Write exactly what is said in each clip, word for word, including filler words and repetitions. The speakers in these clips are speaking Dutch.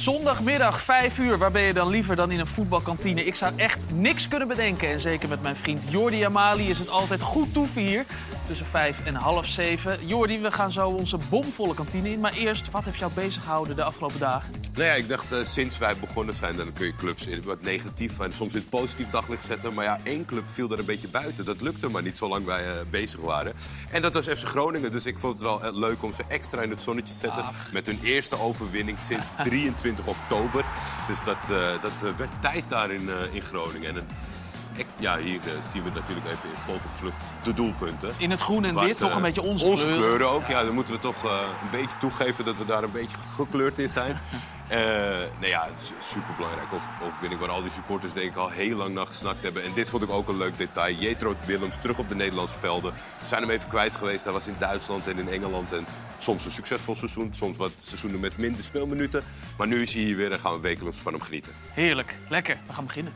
Zondagmiddag, vijf uur. Waar ben je dan liever dan in een voetbalkantine? Ik zou echt niks kunnen bedenken. En zeker met mijn vriend Jordi Amali is het altijd goed toeven hier. Tussen vijf en half zeven. Jordi, we gaan zo onze bomvolle kantine in. Maar eerst, wat heeft jou bezig gehouden de afgelopen dagen? Nou ja, ik dacht, uh, sinds wij begonnen zijn, dan kun je clubs in wat negatief en soms in het positief daglicht zetten. Maar ja, één club viel er een beetje buiten. Dat lukte maar niet zolang wij uh, bezig waren. En dat was F C Groningen. Dus ik vond het wel uh, leuk om ze extra in het zonnetje te zetten. Ach. Met hun eerste overwinning sinds drieëntwintig oktober. Dus dat, uh, dat uh, werd tijd daar in, uh, in Groningen. En een, ik, ja, hier uh, zien we natuurlijk even in vogelvlucht de doelpunten. In het groen en Wat, wit, uh, toch een beetje onze, onze kleuren. kleuren ook. Ja, dan moeten we toch uh, een beetje toegeven dat we daar een beetje gekleurd in zijn. uh, nou ja, superbelangrijk overwinning waar al die supporters denk ik al heel lang naar gesnakt hebben. En dit vond ik ook een leuk detail. Jetro Willems terug op de Nederlandse velden. We zijn hem even kwijt geweest. Hij was in Duitsland en in Engeland. En soms een succesvol seizoen, soms wat seizoenen met minder speelminuten. Maar nu is hij hier weer en gaan we wekelijks van hem genieten. Heerlijk, lekker. We gaan beginnen.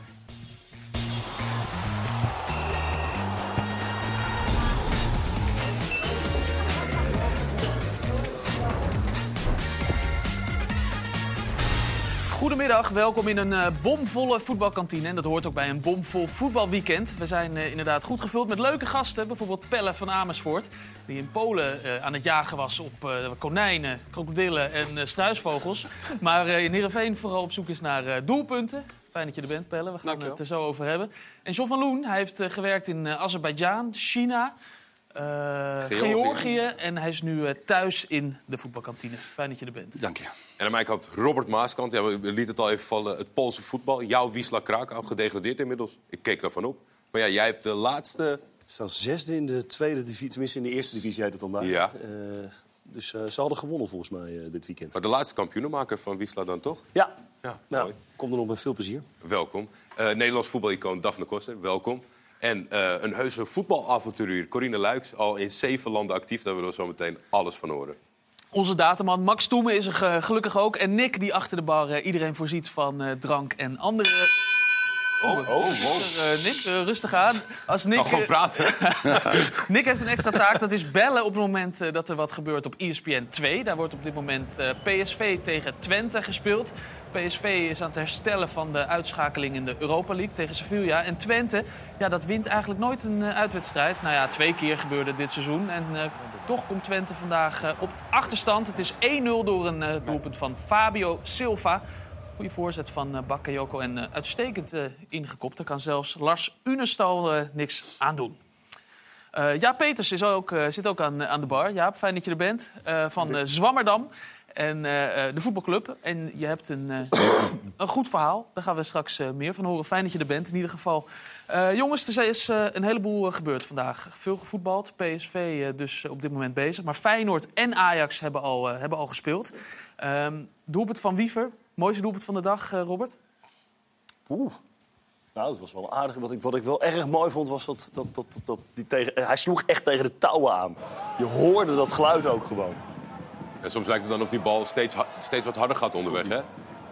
Goedemiddag, welkom in een uh, bomvolle voetbalkantine. En dat hoort ook bij een bomvol voetbalweekend. We zijn uh, inderdaad goed gevuld met leuke gasten. Bijvoorbeeld Pelle van Amersfoort, die in Polen uh, aan het jagen was op uh, konijnen, krokodillen en uh, struisvogels. Maar uh, in Heerenveen vooral op zoek is naar uh, doelpunten. Fijn dat je er bent, Pelle. We gaan Dankjewel. het er zo over hebben. En John van Loen, hij heeft uh, gewerkt in uh, Azerbeidzjan, China, uh, Georgië. Georgië. En hij is nu uh, thuis in de voetbalkantine. Fijn dat je er bent. Dank je. En aan mijn kant Robert Maaskant. Ja, we lieten het al even vallen. Het Poolse voetbal. Jouw Wisła Krakau, gedegradeerd inmiddels. Ik keek daarvan op. Maar ja, jij hebt de laatste... Ze staan zesde in de tweede divisie. Tenminste, in de eerste divisie heet het dan daar. Ja. Uh, dus uh, ze hadden gewonnen volgens mij uh, dit weekend. Maar de laatste kampioenenmaker van Wisła dan toch? Ja. Ja, nou, mooi. Kom er nog met veel plezier. Welkom. Uh, Nederlands voetbalicoon Daphne Koster, welkom. En uh, een heuse voetbalavonturier, Corine Luijks. Al in zeven landen actief, daar willen we zo meteen alles van horen. Onze dataman Max Toemen is er uh, gelukkig ook. En Nick, die achter de bar uh, iedereen voorziet van uh, drank en andere... Oh, oh, wow. Uh, Nick, uh, rustig aan. Als Nick, nou, gewoon praten. Nick heeft een extra taak, dat is bellen op het moment uh, dat er wat gebeurt op E S P N twee. Daar wordt op dit moment uh, P S V tegen Twente gespeeld. P S V is aan het herstellen van de uitschakeling in de Europa League tegen Sevilla. En Twente, ja, dat wint eigenlijk nooit een uh, uitwedstrijd. Nou ja, twee keer gebeurde dit seizoen. En uh, toch komt Twente vandaag uh, op achterstand. Het is één nul door een uh, doelpunt van Fabio Silva. Goeie voorzet van uh, Bakayoko en uh, uitstekend uh, ingekopt. Daar kan zelfs Lars Unestal uh, niks aan doen. Uh, Jaap Peters is ook, uh, zit ook aan, uh, aan de bar. Jaap, fijn dat je er bent. Uh, van uh, Zwammerdam en uh, de voetbalclub. En je hebt een, uh, een goed verhaal. Daar gaan we straks uh, meer van horen. Fijn dat je er bent in ieder geval. Uh, jongens, er is uh, een heleboel uh, gebeurd vandaag. Veel gevoetbald. P S V uh, dus op dit moment bezig. Maar Feyenoord en Ajax hebben al, uh, hebben al gespeeld. Um, doelpunt van Wiever. Mooiste doelpunt van de dag, uh, Robert? Oeh. Nou, dat was wel aardig. Wat ik, wat ik wel erg mooi vond, was dat, dat, dat, dat die tegen, hij sloeg echt tegen de touwen aan. Je hoorde dat geluid ook gewoon. En soms lijkt het dan of die bal steeds, steeds wat harder gaat onderweg, hè? Ja,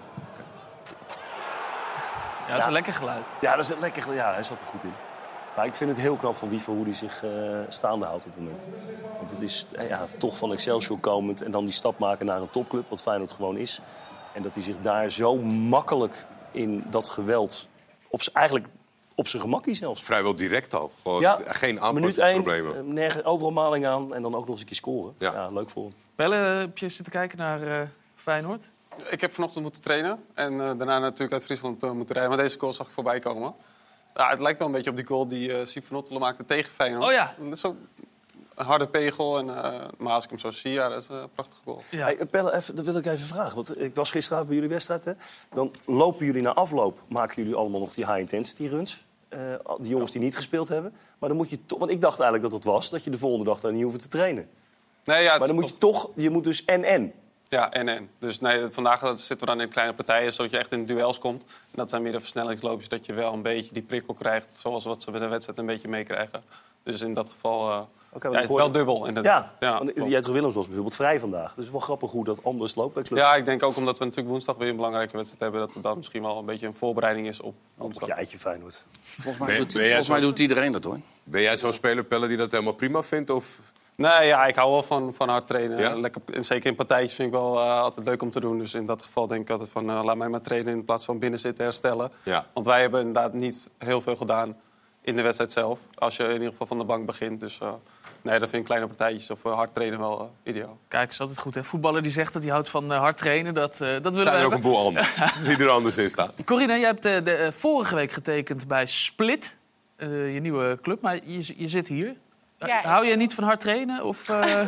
dat is ja. een lekker geluid. Ja, dat is een lekker geluid. Ja, hij zat er goed in. Maar ik vind het heel knap van Wiever hoe hij zich uh, staande houdt op het moment. Want het is ja, toch van Excelsior komend en dan die stap maken naar een topclub, wat Feyenoord gewoon is. En dat hij zich daar zo makkelijk in dat geweld, op z'n, eigenlijk op zijn gemakkie zelfs. Vrijwel direct al. Gewoon ja, geen aanpassingsproblemen. Minuut één, nergens, overal maling aan en dan ook nog eens een keer scoren. Ja, ja leuk voor hem. Pelle, heb je zitten kijken naar uh, Feyenoord? Ik heb vanochtend moeten trainen en uh, daarna natuurlijk uit Friesland uh, moeten rijden. Maar deze goal zag ik voorbij komen. Ja, het lijkt wel een beetje op die goal die uh, Siep van Ottelen maakte tegen Feyenoord. Oh ja. Dat is ook een harde pegel. En, uh, maar als ik hem zo zie, ja, dat is een prachtige goal. Ja. Hey, Pelle, even, dat wil ik even vragen. Want ik was gisteravond bij jullie wedstrijd. Hè? Dan lopen jullie na afloop, maken jullie allemaal nog die high-intensity runs. Uh, die jongens die niet gespeeld hebben. Maar dan moet je toch, want ik dacht eigenlijk dat het was dat je de volgende dag dan niet hoeft te trainen. Nee, ja, maar dan moet je toch, je moet dus en-en. Ja, en-en. Dus nee, vandaag zitten we dan in kleine partijen, zodat je echt in duels komt. En dat zijn meer de versnellingsloopjes, dat je wel een beetje die prikkel krijgt, zoals wat ze bij de wedstrijd een beetje meekrijgen. Dus in dat geval uh, okay, ja, is het wel dubbel. Inderdaad. Ja, ja, want Jetro Willems was bijvoorbeeld vrij vandaag. Dus het is wel grappig hoe dat anders loopt bij clubs. Ja, ik denk ook omdat we natuurlijk woensdag weer een belangrijke wedstrijd hebben, dat het dan misschien wel een beetje een voorbereiding is op woensdag. Op je eitje Feyenoord. Volgens mij, doet, volgens mij doet iedereen dat, hoor. Ben jij zo'n speler, Pelle, die dat helemaal prima vindt? Of Nee, ja, ik hou wel van, van hard trainen. Ja? Lekker, en zeker in partijtjes vind ik wel uh, altijd leuk om te doen. Dus in dat geval denk ik altijd van uh, laat mij maar trainen in plaats van binnen zitten herstellen. Ja. Want wij hebben inderdaad niet heel veel gedaan in de wedstrijd zelf. Als je in ieder geval van de bank begint. Dus uh, nee, dan vind ik kleine partijtjes of uh, hard trainen wel uh, ideaal. Kijk, is altijd goed, hè? Voetballer die zegt dat hij houdt van uh, hard trainen, dat, uh, dat willen we Zijn er ook hebben. een boel anders die er anders in staan. Corinne, jij hebt uh, de, uh, vorige week getekend bij Split, uh, je nieuwe club, maar je, je zit hier. Ja, Hou je niet van hard trainen? Of, uh...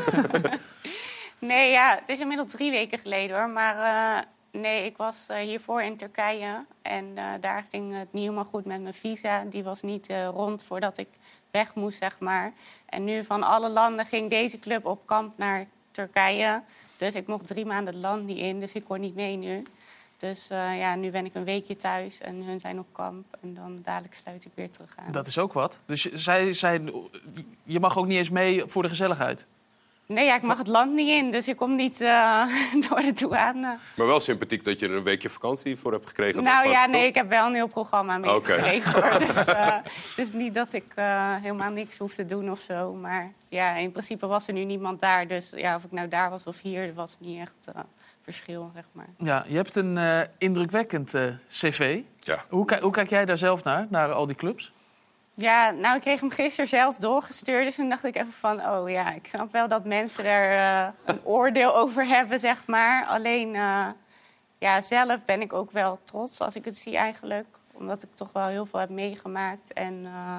Nee, ja, het is inmiddels drie weken geleden hoor. Maar uh, nee, ik was uh, hiervoor in Turkije. En uh, daar ging het niet helemaal goed met mijn visa. Die was niet uh, rond voordat ik weg moest, zeg maar. En nu van alle landen ging deze club op kamp naar Turkije. Dus ik mocht drie maanden het land niet in, dus ik kon niet mee nu. Dus uh, ja, nu ben ik een weekje thuis en hun zijn op kamp. En dan dadelijk sluit ik weer terug aan. Dat is ook wat. Dus je- zij zijn, je mag ook niet eens mee voor de gezelligheid. Nee, ja, ik mag het land niet in, dus ik kom niet uh, door de douane. Maar wel sympathiek dat je er een weekje vakantie voor hebt gekregen. Nou Dat ja, was nee, top. ik heb wel een heel programma meegekregen. hoor. Dus, uh, dus niet dat ik uh, helemaal niks hoef te doen of zo. Maar ja, in principe was er nu niemand daar. Dus ja, of ik nou daar was of hier, was niet echt uh, verschil, zeg maar. Ja, je hebt een uh, indrukwekkend uh, cv. Ja. Hoe, ki- hoe kijk jij daar zelf naar, naar al die clubs? Ja, nou, ik kreeg hem gisteren zelf doorgestuurd. Dus toen dacht ik even van, oh ja, ik snap wel dat mensen er uh, een oordeel over hebben, zeg maar. Alleen, uh, ja, zelf ben ik ook wel trots als ik het zie eigenlijk. Omdat ik toch wel heel veel heb meegemaakt. En uh,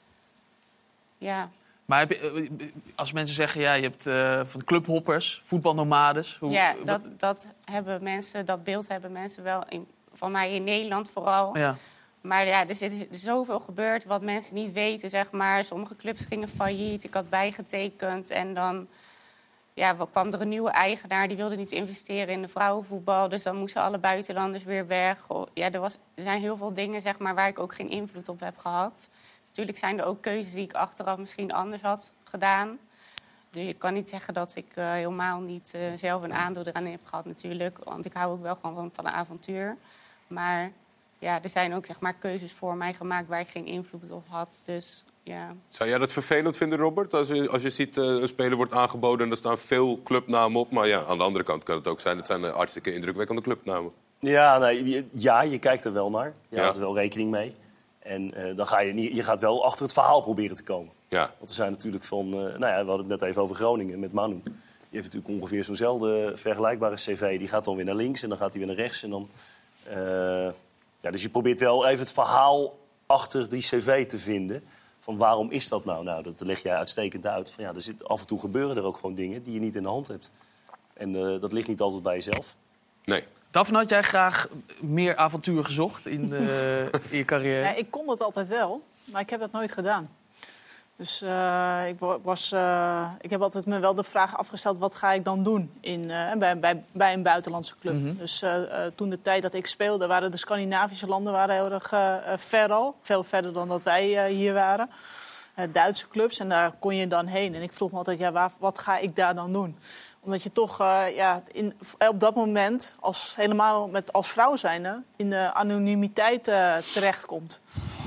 ja... Maar heb je, uh, als mensen zeggen, ja, je hebt uh, van clubhoppers, voetbalnomades. Hoe, Ja, wat- dat, dat hebben mensen, dat beeld hebben mensen wel in, van mij in Nederland vooral. Ja. Maar ja, er is zoveel gebeurd wat mensen niet weten, zeg maar. Sommige clubs gingen failliet, ik had bijgetekend en dan ja, kwam er een nieuwe eigenaar, die wilde niet investeren in de vrouwenvoetbal. Dus dan moesten alle buitenlanders weer weg. Ja, er, was, er zijn heel veel dingen, zeg maar, waar ik ook geen invloed op heb gehad. Natuurlijk zijn er ook keuzes die ik achteraf misschien anders had gedaan. Dus ik kan niet zeggen dat ik uh, helemaal niet uh, zelf een aandeel eraan heb gehad natuurlijk. Want ik hou ook wel gewoon van, van een avontuur. Maar ja, er zijn ook zeg maar, keuzes voor mij gemaakt waar ik geen invloed op had. Dus, ja. Zou jij dat vervelend vinden, Robert? Als je, als je ziet uh, een speler wordt aangeboden en er staan veel clubnamen op. Maar ja, aan de andere kant kan het ook zijn. Het zijn uh, hartstikke indrukwekkende clubnamen. Ja, nee, je- ja, je kijkt er wel naar. Je Ja. houdt er wel rekening mee. En uh, dan ga je, niet, je gaat wel achter het verhaal proberen te komen. Ja. Want er zijn natuurlijk van... Uh, nou ja, we hadden het net even over Groningen met Manu. Die heeft natuurlijk ongeveer zo'nzelfde vergelijkbare cv. Die gaat dan weer naar links en dan gaat hij weer naar rechts. En dan, uh, ja, dus je probeert wel even het verhaal achter die cv te vinden. Van waarom is dat nou? Nou, dat leg jij uitstekend uit. Van, ja, er zit, af en toe gebeuren er ook gewoon dingen die je niet in de hand hebt. En uh, dat ligt niet altijd bij jezelf. Nee. Daphne, had jij graag meer avontuur gezocht in, de, in je carrière? Ja, ik kon dat altijd wel, maar ik heb dat nooit gedaan. Dus uh, ik, was, uh, ik heb altijd me wel de vraag afgesteld, wat ga ik dan doen in, uh, bij, bij, bij een buitenlandse club? Mhm. Dus uh, uh, toen de tijd dat ik speelde, waren de Scandinavische landen waren heel erg uh, ver al. Veel verder dan dat wij uh, hier waren. Uh, Duitse clubs, en daar kon je dan heen. En ik vroeg me altijd, ja, waar, wat ga ik daar dan doen? Omdat je toch uh, ja, in, op dat moment, als, helemaal met, als vrouw zijnde, in de anonimiteit uh, terechtkomt.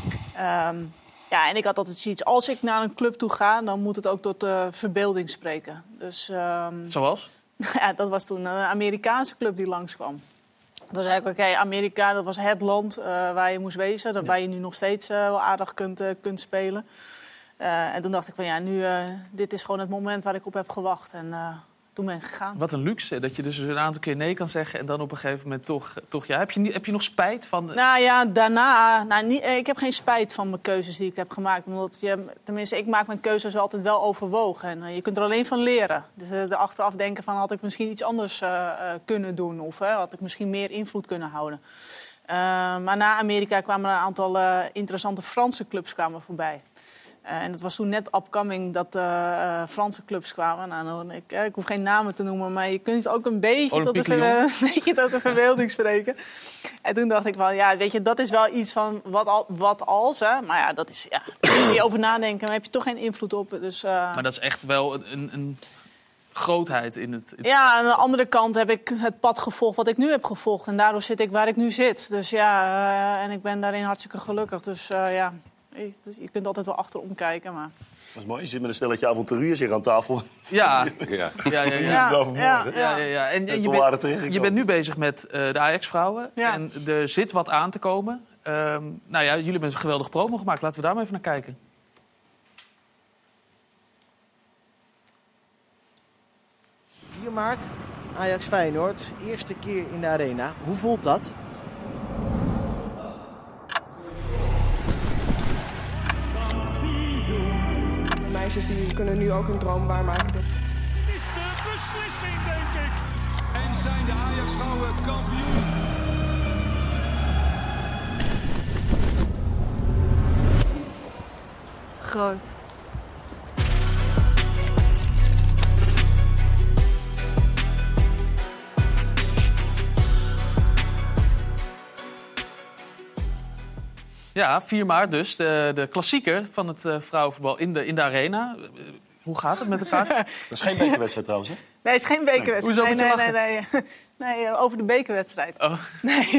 Um, ja, en ik had altijd zoiets, als ik naar een club toe ga, dan moet het ook tot de verbeelding spreken. Dus, um, Zoals? ja, dat was toen een Amerikaanse club die langskwam. Dan zei ik, oké, okay, Amerika, dat was het land uh, waar je moest wezen. Ja. Waar je nu nog steeds uh, wel aardig kunt, uh, kunt spelen. Uh, en toen dacht ik van, ja, nu, uh, dit is gewoon het moment waar ik op heb gewacht. En uh, toen ben ik gegaan. Wat een luxe, dat je dus een aantal keer nee kan zeggen en dan op een gegeven moment toch, toch ja. Heb je, niet, heb je nog spijt van... Nou ja, daarna... Nou, niet, ik heb geen spijt van mijn keuzes die ik heb gemaakt. Omdat je, tenminste, ik maak mijn keuzes altijd wel overwogen. En uh, je kunt er alleen van leren. Dus uh, de achteraf denken van, had ik misschien iets anders uh, uh, kunnen doen? Of uh, had ik misschien meer invloed kunnen houden? Uh, maar na Amerika kwamen er een aantal uh, interessante Franse clubs kwamen voorbij. Uh, en het was toen net upcoming dat uh, uh, Franse clubs kwamen. Nou, ik, uh, ik hoef geen namen te noemen, maar je kunt ook een beetje, tot de, ver, een beetje tot de verbeelding spreken. En toen dacht ik van, ja, weet je, dat is wel iets van wat, al, wat als, hè. Maar ja, dat is, ja, daar kun je over nadenken, maar heb je toch geen invloed op. Dus, uh... Maar dat is echt wel een, een grootheid in het... In... Ja, aan de andere kant heb ik het pad gevolgd wat ik nu heb gevolgd. En daardoor zit ik waar ik nu zit. Dus ja, uh, en ik ben daarin hartstikke gelukkig. Dus uh, ja... Je, dus je kunt altijd wel achterom kijken, maar... Dat is mooi. Je zit met een stelletje avonturiers hier aan tafel. Ja, Ja. ja, ja. ja. Ja, ja, Ja, ja, ja. En, En je, toen bent, waren we tegengekomen. je bent nu bezig met uh, de Ajax-vrouwen. Ja. En er zit wat aan te komen. Um, nou ja, jullie hebben een geweldige promo gemaakt. Laten we daar maar even naar kijken. vier maart, Ajax Feyenoord. Eerste keer in de arena. Hoe voelt dat? De meisjes die kunnen nu ook hun droom waarmaken. Is de beslissing, denk ik. En zijn de Ajax-vrouwen kampioen. Groot. Ja, vier maart dus. De, de klassieker van het uh, vrouwenvoetbal in de, in de arena. Uh, hoe gaat het met elkaar? Dat is geen bekerwedstrijd trouwens, hè? Nee, het is geen bekerwedstrijd. Hoezo moet je nee, lachen? nee, nee, nee. nee, over de bekerwedstrijd. Oh. Nee,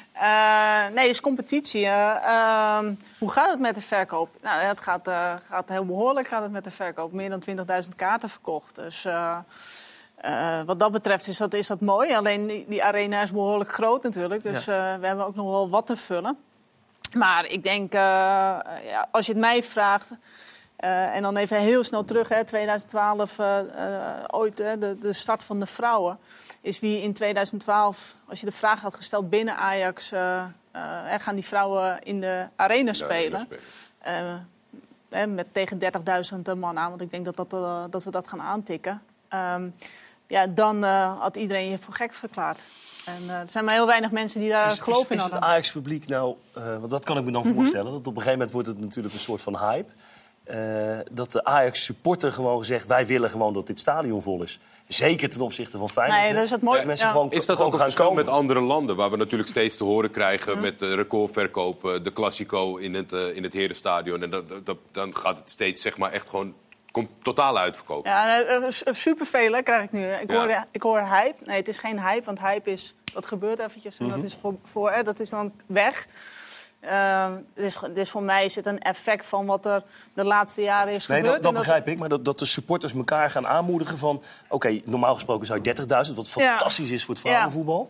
uh, nee, het is competitie. Uh, uh, hoe gaat het met de verkoop? Nou, het gaat, uh, gaat heel behoorlijk gaat het met de verkoop. Meer dan twintigduizend kaarten verkocht. Dus uh, uh, wat dat betreft is dat, is dat mooi. Alleen die, die arena is behoorlijk groot natuurlijk. Dus uh, we hebben ook nog wel wat te vullen. Maar ik denk, uh, ja, als je het mij vraagt... Uh, en dan even heel snel terug, hè, twintig twaalf, uh, uh, ooit uh, de, de start van de vrouwen. Is wie in twintig twaalf, als je de vraag had gesteld binnen Ajax... Uh, uh, gaan die vrouwen in de arena spelen. Uh, uh, met tegen dertigduizend man aan, want ik denk dat, dat, uh, dat we dat gaan aantikken. Um, ja, dan uh, had iedereen je voor gek verklaard. En uh, er zijn maar heel weinig mensen die daar Is, geloof is, in is hadden. het Ajax-publiek nou... Uh, want dat kan ik me dan Mm-hmm. voorstellen. Dat op een gegeven moment wordt het natuurlijk een soort van hype. Uh, dat de Ajax-supporter gewoon zegt... wij willen gewoon dat dit stadion vol is. Zeker ten opzichte van Feyenoord. Nee, dat is het mooie. Dat mensen Ja. gewoon, Is dat gewoon ook een gaan verschil komen. met andere landen? Waar we natuurlijk steeds te horen krijgen met de recordverkoop, de Classico in het, uh, in het Herenstadion. En dat, dat, dan gaat het steeds zeg maar echt gewoon komt totaal uitverkoop. Ja, uh, superveel hè, krijg ik nu. Ik, Ja. hoor, ik hoor hype. Nee, het is geen hype, want hype is... Dat gebeurt eventjes en Mhm. dat, is voor, voor, eh, dat is dan weg. Uh, dus, dus voor mij is het een effect van wat er de laatste jaren is Nee, gebeurd. dat, dat En begrijp ik. Maar dat, dat de supporters elkaar gaan aanmoedigen van... Oké, okay, normaal gesproken zou je dertigduizend... wat Ja. fantastisch is voor het vrouwenvoetbal.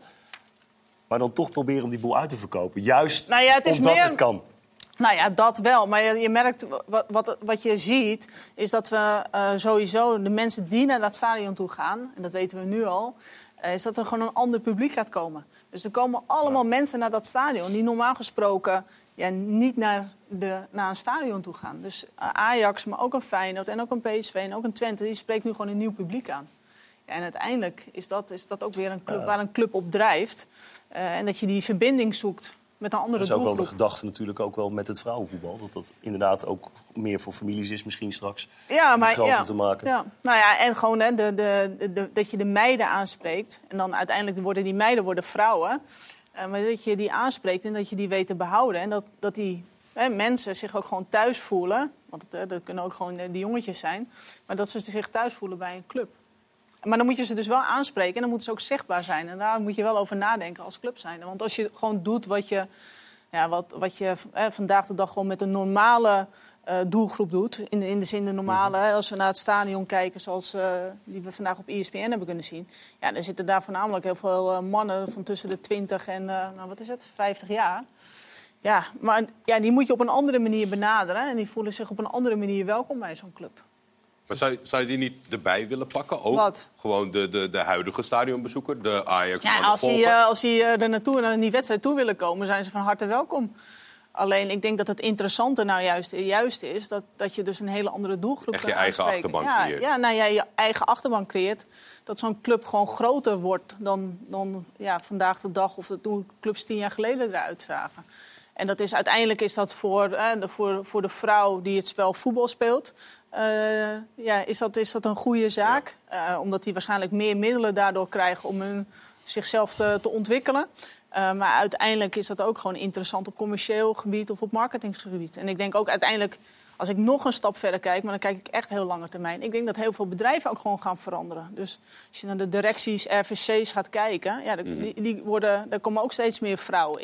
Maar dan toch proberen om die boel uit te verkopen. Juist Nou ja, het is omdat meer- het kan. Nou ja, dat wel. Maar je, je merkt, wat, wat, wat je ziet, is dat we uh, sowieso... de mensen die naar dat stadion toe gaan, en dat weten we nu al... Uh, is dat er gewoon een ander publiek gaat komen. Dus er komen allemaal ja. mensen naar dat stadion... die normaal gesproken ja, niet naar, de, naar een stadion toe gaan. Dus uh, Ajax, maar ook een Feyenoord en ook een P S V en ook een Twente... die spreekt nu gewoon een nieuw publiek aan. Ja, en uiteindelijk is dat, is dat ook weer een club uh. waar een club op drijft. Uh, en dat je die verbinding zoekt... met een andere Dat is ook wel de doelgroep. gedachte natuurlijk ook wel met het vrouwenvoetbal. Dat dat inderdaad ook meer voor families is misschien straks. Ja, maar groter ja, te maken. Ja. Nou ja, en gewoon hè, de, de, de, de, dat je de meiden aanspreekt. En dan uiteindelijk worden die meiden worden vrouwen. Uh, maar dat je die aanspreekt en dat je die weet te behouden. En dat, dat die hè, mensen zich ook gewoon thuis voelen. Want het, hè, dat kunnen ook gewoon die jongetjes zijn. Maar dat ze zich thuis voelen bij een club. Maar dan moet je ze dus wel aanspreken en dan moeten ze ook zichtbaar zijn. En daar moet je wel over nadenken als club zijn. Want als je gewoon doet wat je, ja, wat, wat je eh, vandaag de dag gewoon met een normale uh, doelgroep doet. In, in de zin de normale, hè, als we naar het stadion kijken zoals uh, die we vandaag op E S P N hebben kunnen zien. Ja, dan zitten daar voornamelijk heel veel uh, mannen van tussen de twintig en, uh, nou wat is het, vijftig jaar. Ja, maar ja, die moet je op een andere manier benaderen. En die voelen zich op een andere manier welkom bij zo'n club. Maar zou, zou je die niet erbij willen pakken? Ook Wat? Gewoon de, de, de huidige stadionbezoeker, de Ajax. Ja, als die, uh, als die uh, er naartoe naar die wedstrijd toe willen komen, zijn ze van harte welkom. Alleen, ik denk dat het interessante nou juist, juist is dat, dat je dus een hele andere doelgroep Echt kan je eigen aanspreken. achterban ja, creëert. ja, nou ja, je eigen achterban creëert. Dat zo'n club gewoon groter wordt dan, dan ja, vandaag de dag of dat toen clubs tien jaar geleden eruit zagen. En dat is, uiteindelijk is dat voor, eh, de, voor, voor de vrouw die het spel voetbal speelt... Uh, ja, is, dat, is dat een goede zaak. Ja. Uh, omdat die waarschijnlijk meer middelen daardoor krijgen om hun, zichzelf te, te ontwikkelen. Uh, maar uiteindelijk is dat ook gewoon interessant op commercieel gebied of op marketingsgebied. En ik denk ook uiteindelijk, als ik nog een stap verder kijk... maar dan kijk ik echt heel lange termijn. Ik denk dat heel veel bedrijven ook gewoon gaan veranderen. Dus als je naar de directies, R V C's gaat kijken... Ja, die, die worden, daar komen ook steeds meer vrouwen in.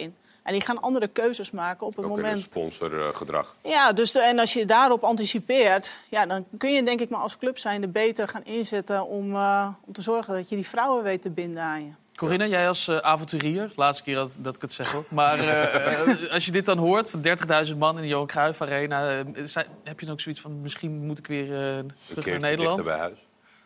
En die gaan andere keuzes maken op het Ook moment. in sponsorgedrag. Ja, dus de, en als je daarop anticipeert, ja, dan kun je denk ik maar als club zijnde beter gaan inzetten om, uh, om te zorgen dat je die vrouwen weet te binden aan je. Corinna, jij als uh, avonturier, laatste keer dat, dat ik het zeg hoor. Maar uh, uh, als je dit dan hoort, van dertigduizend man in de Johan Cruijff Arena, uh, zijn, heb je dan ook zoiets van, misschien moet ik weer uh, terug naar Nederland? Bij huis.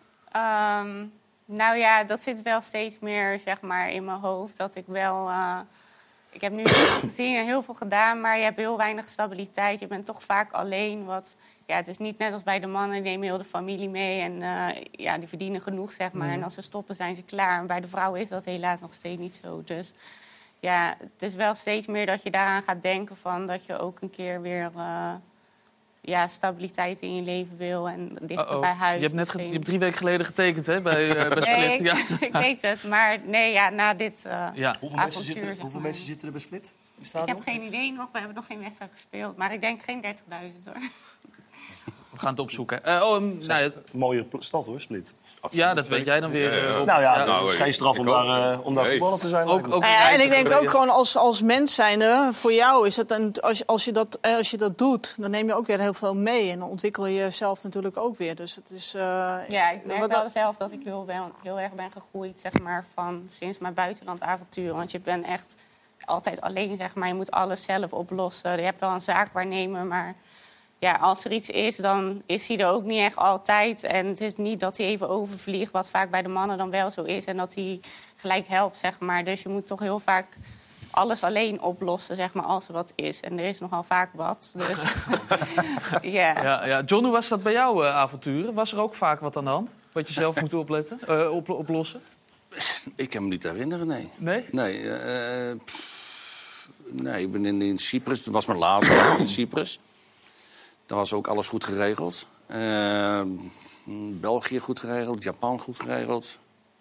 Um, nou ja, dat zit wel steeds meer zeg maar, in mijn hoofd. Dat ik wel... Uh, ik heb nu gezien en heel veel gedaan, maar je hebt heel weinig stabiliteit. Je bent toch vaak alleen. Wat, ja, het is niet net als bij de mannen, die nemen heel de familie mee. En uh, ja, die verdienen genoeg, zeg maar. Mm. En als ze stoppen, zijn ze klaar. En bij de vrouwen is dat helaas nog steeds niet zo. Dus ja, het is wel steeds meer dat je daaraan gaat denken van dat je ook een keer weer... Uh, ja, stabiliteit in je leven wil en dichter Uh-oh. bij huis. Je hebt net ge- je hebt drie weken geleden getekend, hè, bij, uh, bij Split. Nee, ik, ja. ik weet het. Maar nee, ja, na dit uh, ja. Hoeveel, mensen zitten, zeg maar. hoeveel mensen zitten er bij Split? Ik heb geen idee nog. We hebben nog geen wedstrijd gespeeld. Maar ik denk geen dertigduizend, hoor. We gaan het opzoeken. Uh, oh, um, nou, een mooie stad, hoor, Split. Absoluut. Ja, dat weet jij dan weer. Ja, ja. Op, nou ja, ja. Nou, het is geen straf om daar, uh, om daar nee. voetballer te zijn. Ook, ook ja, en ik denk ook gewoon als, als mens zijnde, voor jou is het een, als, als, je dat, als je dat doet, dan neem je ook weer heel veel mee. En dan ontwikkel je jezelf natuurlijk ook weer. Dus het is, uh, ja, ik merk wel dat... zelf dat ik heel, ben, heel erg ben gegroeid, zeg maar, van sinds mijn buitenlandavontuur. Want je bent echt altijd alleen, zeg maar. Je moet alles zelf oplossen. Je hebt wel een zaakwaarnemer, maar... Ja, als er iets is, dan is hij er ook niet echt altijd. En het is niet dat hij even overvliegt, wat vaak bij de mannen dan wel zo is. En dat hij gelijk helpt, zeg maar. Dus je moet toch heel vaak alles alleen oplossen, zeg maar, als er wat is. En er is nogal vaak wat. Dus, yeah. ja, ja. John, hoe was dat bij jouw uh, avonturen? Was er ook vaak wat aan de hand? Wat je zelf moet opletten, uh, op, oplossen? Ik kan me niet herinneren, nee. Nee? Nee, uh, pff, nee ik ben in, in Cyprus. Dat was mijn laatste in Cyprus. Daar was ook alles goed geregeld. Uh, België goed geregeld, Japan goed geregeld.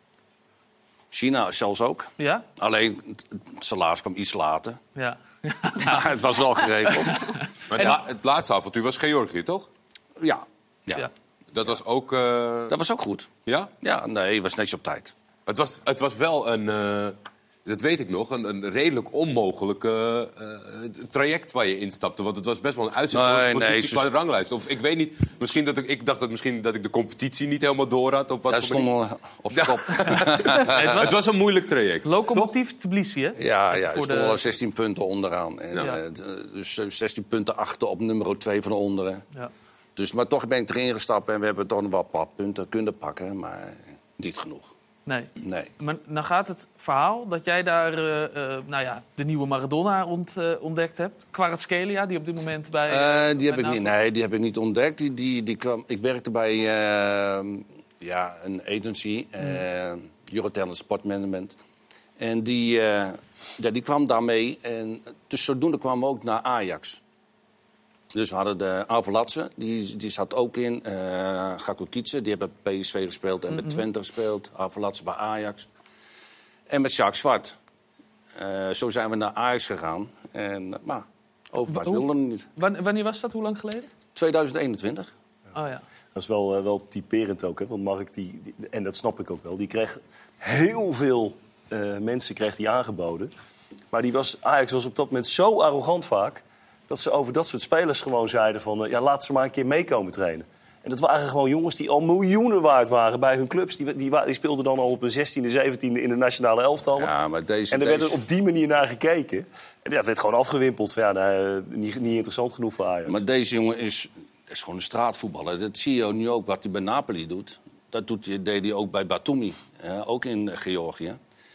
China zelfs ook. Ja? Alleen, het, het salaris kwam iets later. Ja. Maar het was wel geregeld. Maar en... da- het laatste avontuur was Georgië, toch? Ja. ja. ja. Dat was ook... Uh... Dat was ook goed. Ja? Ja, nee, het was netjes op tijd. Het was, het was wel een... Uh... Dat weet ik nog, een, een redelijk onmogelijk uh, uh, traject waar je instapte. Want het was best wel een uitzichtloze nee, positie nee, qua de ranglijst. Of ik weet niet, misschien dat ik, ik dacht dat, misschien dat ik de competitie niet helemaal door had. Op wat ja, stond al op de kop. nee, het, was... het was een moeilijk traject. Locomotief Tbilisi, hè? Ja, ja er stonden de... al zestien punten onderaan. En, ja. uh, dus zestien punten achter op nummer twee van de onderen. Ja. Dus, maar toch ben ik erin gestapt en we hebben toch nog wat punten kunnen pakken. Maar niet genoeg. Nee. nee. Maar dan gaat het verhaal dat jij daar uh, uh, nou ja, de nieuwe Maradona ont, uh, ontdekt hebt. Kvaratskhelia, die op dit moment bij... Uh, die, heb ik niet, nee, die heb ik niet ontdekt. Die, die, die kwam, ik werkte bij uh, ja, een agency, uh, mm. Eurotalent Sportmanagement. En die, uh, ja, die kwam daarmee. En dus zodoende kwamen we ook naar Ajax. Dus we hadden de Avalatse, die, die zat ook in. Uh, Gakko Kietse, die hebben bij P S V gespeeld en mm-hmm. bij Twente gespeeld. Avalatse bij Ajax. En met Sjaak Zwart. Uh, zo zijn we naar Ajax gegaan. En, maar Overmars wilde hem niet. Wanneer was dat? Hoe lang geleden? tweeduizend eenentwintig. Oh ja. Dat is wel, uh, wel typerend ook, hè? Want Mark, die, die, en dat snap ik ook wel, die kreeg heel veel uh, mensen kreeg die aangeboden. Maar die was, Ajax was op dat moment zo arrogant vaak... dat ze over dat soort spelers gewoon zeiden van... Uh, ja, laat ze maar een keer meekomen trainen. En dat waren gewoon jongens die al miljoenen waard waren bij hun clubs. Die, die, die speelden dan al op een zestiende, zeventiende in de nationale elftallen. Ja, maar deze, en er deze... werd er op die manier naar gekeken. En dat werd gewoon afgewimpeld. Van, ja, nou, niet, niet interessant genoeg voor Ajax. Maar deze jongen is, is gewoon een straatvoetballer. Dat zie je nu ook wat hij bij Napoli doet. Dat doet hij, deed hij ook bij Batumi, uh, ook in uh, Georgië.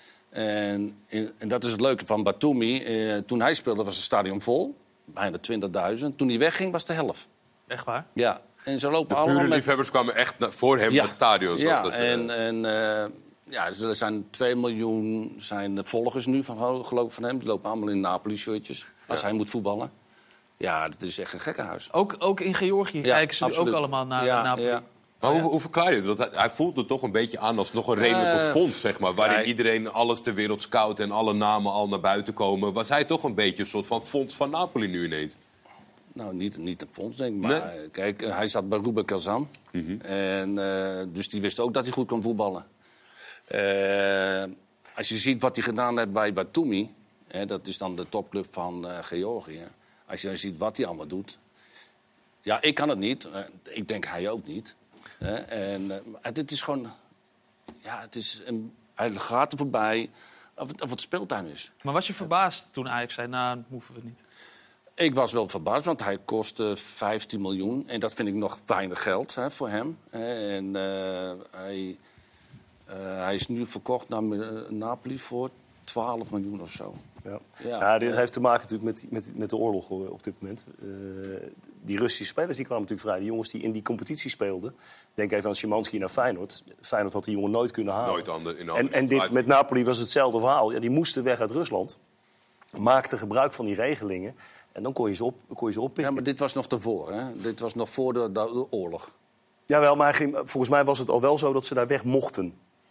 En, in, en dat is het leuke van Batumi. Uh, toen hij speelde was het stadion vol. Bijna twintigduizend. Toen hij wegging was de helft. Echt waar? Ja. En ze lopen de allemaal pure met... liefhebbers kwamen echt voor hem ja. het stadion. Ja, dat ze... en, en uh, ja, er zijn twee miljoen zijn volgers nu van, geloof ik, van hem. Die lopen allemaal in Napoli-shirtjes als ja. hij moet voetballen. Ja, dat is echt een gekkenhuis. Ook, ook in Georgië ja, kijken ze absoluut. ook allemaal naar ja, Napoli. Ja. Maar hoe, hoe verklaar je dat? Hij voelt er toch een beetje aan als nog een redelijke uh, fonds, zeg maar. Waarin hij... iedereen alles ter wereld scout en alle namen al naar buiten komen. Was hij toch een beetje een soort van fonds van Napoli nu ineens? Nou, niet, niet een fonds, denk ik. Maar nee. kijk, hij zat bij Ruben Kazan. Mm-hmm. En, uh, dus die wist ook dat hij goed kon voetballen. Uh, als je ziet wat hij gedaan heeft bij Batumi... Uh, toen hij wegging was de helft. Ja, dus er zijn twee miljoen zijn de volgers nu van, geloof ik, van hem. Die lopen allemaal in Napoli-shirtjes als hij moet voetballen. Ja, dat is echt een gekkenhuis. Ook, ook in Georgië kijken ze ook allemaal naar Napoli. Ja, absoluut. Uh, als je ziet wat hij gedaan heeft bij Batumi... Hè, dat is dan de topclub van uh, Georgië. Als je dan ziet wat hij allemaal doet. Ja, ik kan het niet. Uh, ik denk hij ook niet. Hè, en uh, het is gewoon... Ja, het is een, hij gaat er voorbij of het, of het speeltuin is. Maar was je verbaasd toen Ajax zei, nou, hoeven we het niet? Ik was wel verbaasd, want hij kostte vijftien miljoen. En dat vind ik nog weinig geld hè, voor hem. En uh, hij, uh, hij is nu verkocht naar uh, Napoli voor twaalf miljoen of zo. Ja, ja. ja dit heeft te maken natuurlijk met, met, met de oorlog op dit moment. Uh, die Russische spelers die kwamen natuurlijk vrij. Die jongens die in die competitie speelden. Denk even aan Szymanski naar Feyenoord. Feyenoord had die jongen nooit kunnen halen. Nooit aan de, in en en dit met Napoli was hetzelfde verhaal. Ja, die moesten weg uit Rusland. Maakten gebruik van die regelingen. En dan kon je ze, op, kon je ze oppikken. Ja, maar dit was nog tevoren, hè? Dit was nog voor de, de, de oorlog. Jawel, maar ging, volgens mij was het al wel zo dat ze daar weg mochten.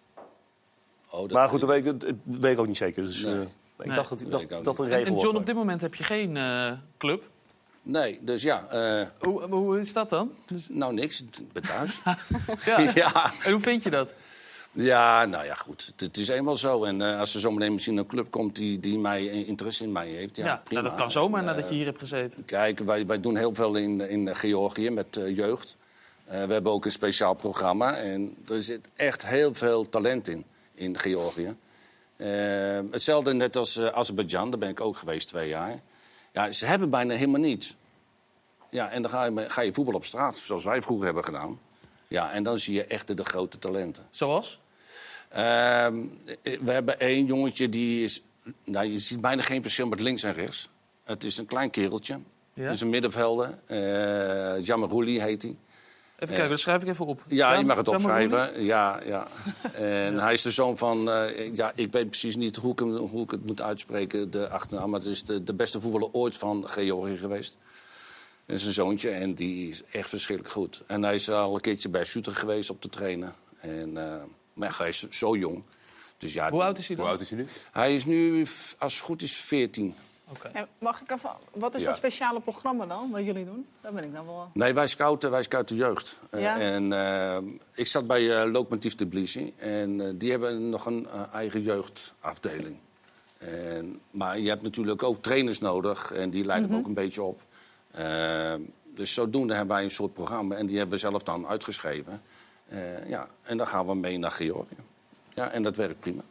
Oh, dat maar goed, dat weet, dat weet ik ook niet zeker. Dus, nee. uh, ik nee. dacht dat dat, dat, dat een en, regel was. En John, op dit moment heb je geen uh, club. Nee, dus ja... Uh, hoe, hoe is dat dan? Dus... Nou, niks. Ik ben thuis. ja. ja. En hoe vind je dat? Ja, nou ja, goed. Het, het is eenmaal zo. En uh, als er zometeen misschien een club komt die, die mij interesse in mij heeft... Ja, ja prima. Nou, dat kan zomaar uh, nadat je hier hebt gezeten. Kijk, wij, wij doen heel veel in, in Georgië met uh, jeugd. Uh, we hebben ook een speciaal programma. En er zit echt heel veel talent in, in Georgië. Uh, hetzelfde net als uh, Azerbeidzjan, daar ben ik ook geweest twee jaar. Ja, ze hebben bijna helemaal niets. Ja, en dan ga je, ga je voetbal op straat, zoals wij vroeger hebben gedaan. Ja, en dan zie je echt de, de grote talenten. Zoals? Uh, we hebben één jongetje die is... Nou, je ziet bijna geen verschil met links en rechts. Het is een klein kereltje. Ja? Het is een middenvelder. Uh, Jamarouli heet hij. Even kijken, uh, dat schrijf ik even op. Ja, Jam, je mag het opschrijven. Ja, ja. En ja. Hij is de zoon van... Uh, ja, ik weet precies niet hoe ik, hem, hoe ik het moet uitspreken, de achternaam. Maar het is de, de beste voetballer ooit van Georgië geweest. Dat is een zoontje en die is echt verschrikkelijk goed. En hij is al een keertje bij Shooter geweest op te trainen. En, uh, maar hij is zo jong. Dus ja, hoe oud is hij dan? Hoe oud is hij nu? Hij is nu, als het goed is, veertien. Okay. En mag ik even, wat is ja. dat speciale programma dan, wat jullie doen? Daar ben ik dan wel... Nee, wij scouten, wij scouten jeugd. Ja. Uh, en uh, ik zat bij uh, Lokomotiv Tbilisi en uh, die hebben nog een uh, eigen jeugdafdeling. En, maar je hebt natuurlijk ook trainers nodig en die leiden mm-hmm. ook een beetje op. Uh, dus zodoende hebben wij een soort programma en die hebben we zelf dan uitgeschreven. Uh, ja, en dan gaan we mee naar Georgië. Ja, en dat werkt prima.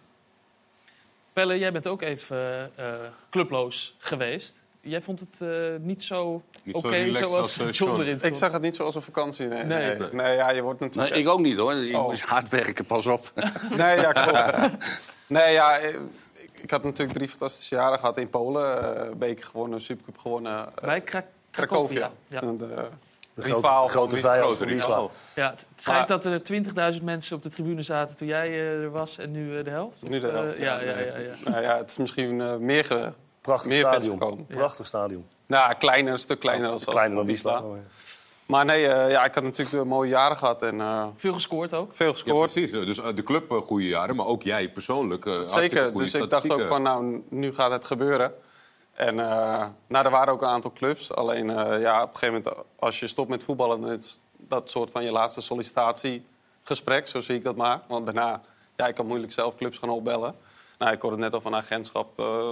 Pelle, jij bent ook even uh, clubloos geweest. Jij vond het uh, niet zo oké okay, zoals uh, John erin stond. Ik zag het niet zoals een vakantie, nee. Nee, nee. nee ja, je wordt natuurlijk... Nee, ik ook niet, hoor. Je oh. moet hard werken, pas op. Nee, ja, klopt. Nee, ja... Ik, ik had natuurlijk drie fantastische jaren gehad in Polen. Uh, beker gewonnen, Supercup gewonnen. Uh, Bij Krak- Cracovia. Ja. De, de, de grote, grote vijand van Wisla. Ja, het schijnt maar, dat er twintigduizend mensen op de tribune zaten toen jij uh, er was en nu uh, de helft. Nu de helft, uh, ja. Ja, ja, ja, ja. Nou ja, het is misschien uh, meer, ge, Prachtig meer stadion. fans gekomen. Prachtig stadion. Nou, kleiner, een stuk kleiner dan, kleiner dan Wisla. Oh, ja. Maar nee, uh, ja, ik had natuurlijk uh, mooie jaren gehad. En, uh, veel gescoord ook? Veel gescoord. Ja, precies. Dus uh, de club uh, goede jaren, maar ook jij persoonlijk. Uh, Zeker, dus ik dacht ook van, nou, nu gaat het gebeuren. En uh, nou, er waren ook een aantal clubs. Alleen, uh, ja, op een gegeven moment, als je stopt met voetballen... dan is dat soort van je laatste sollicitatiegesprek, zo zie ik dat maar. Want daarna, ja, ik kan moeilijk zelf clubs gaan opbellen. Nou, ik hoorde net al van agentschap... Uh,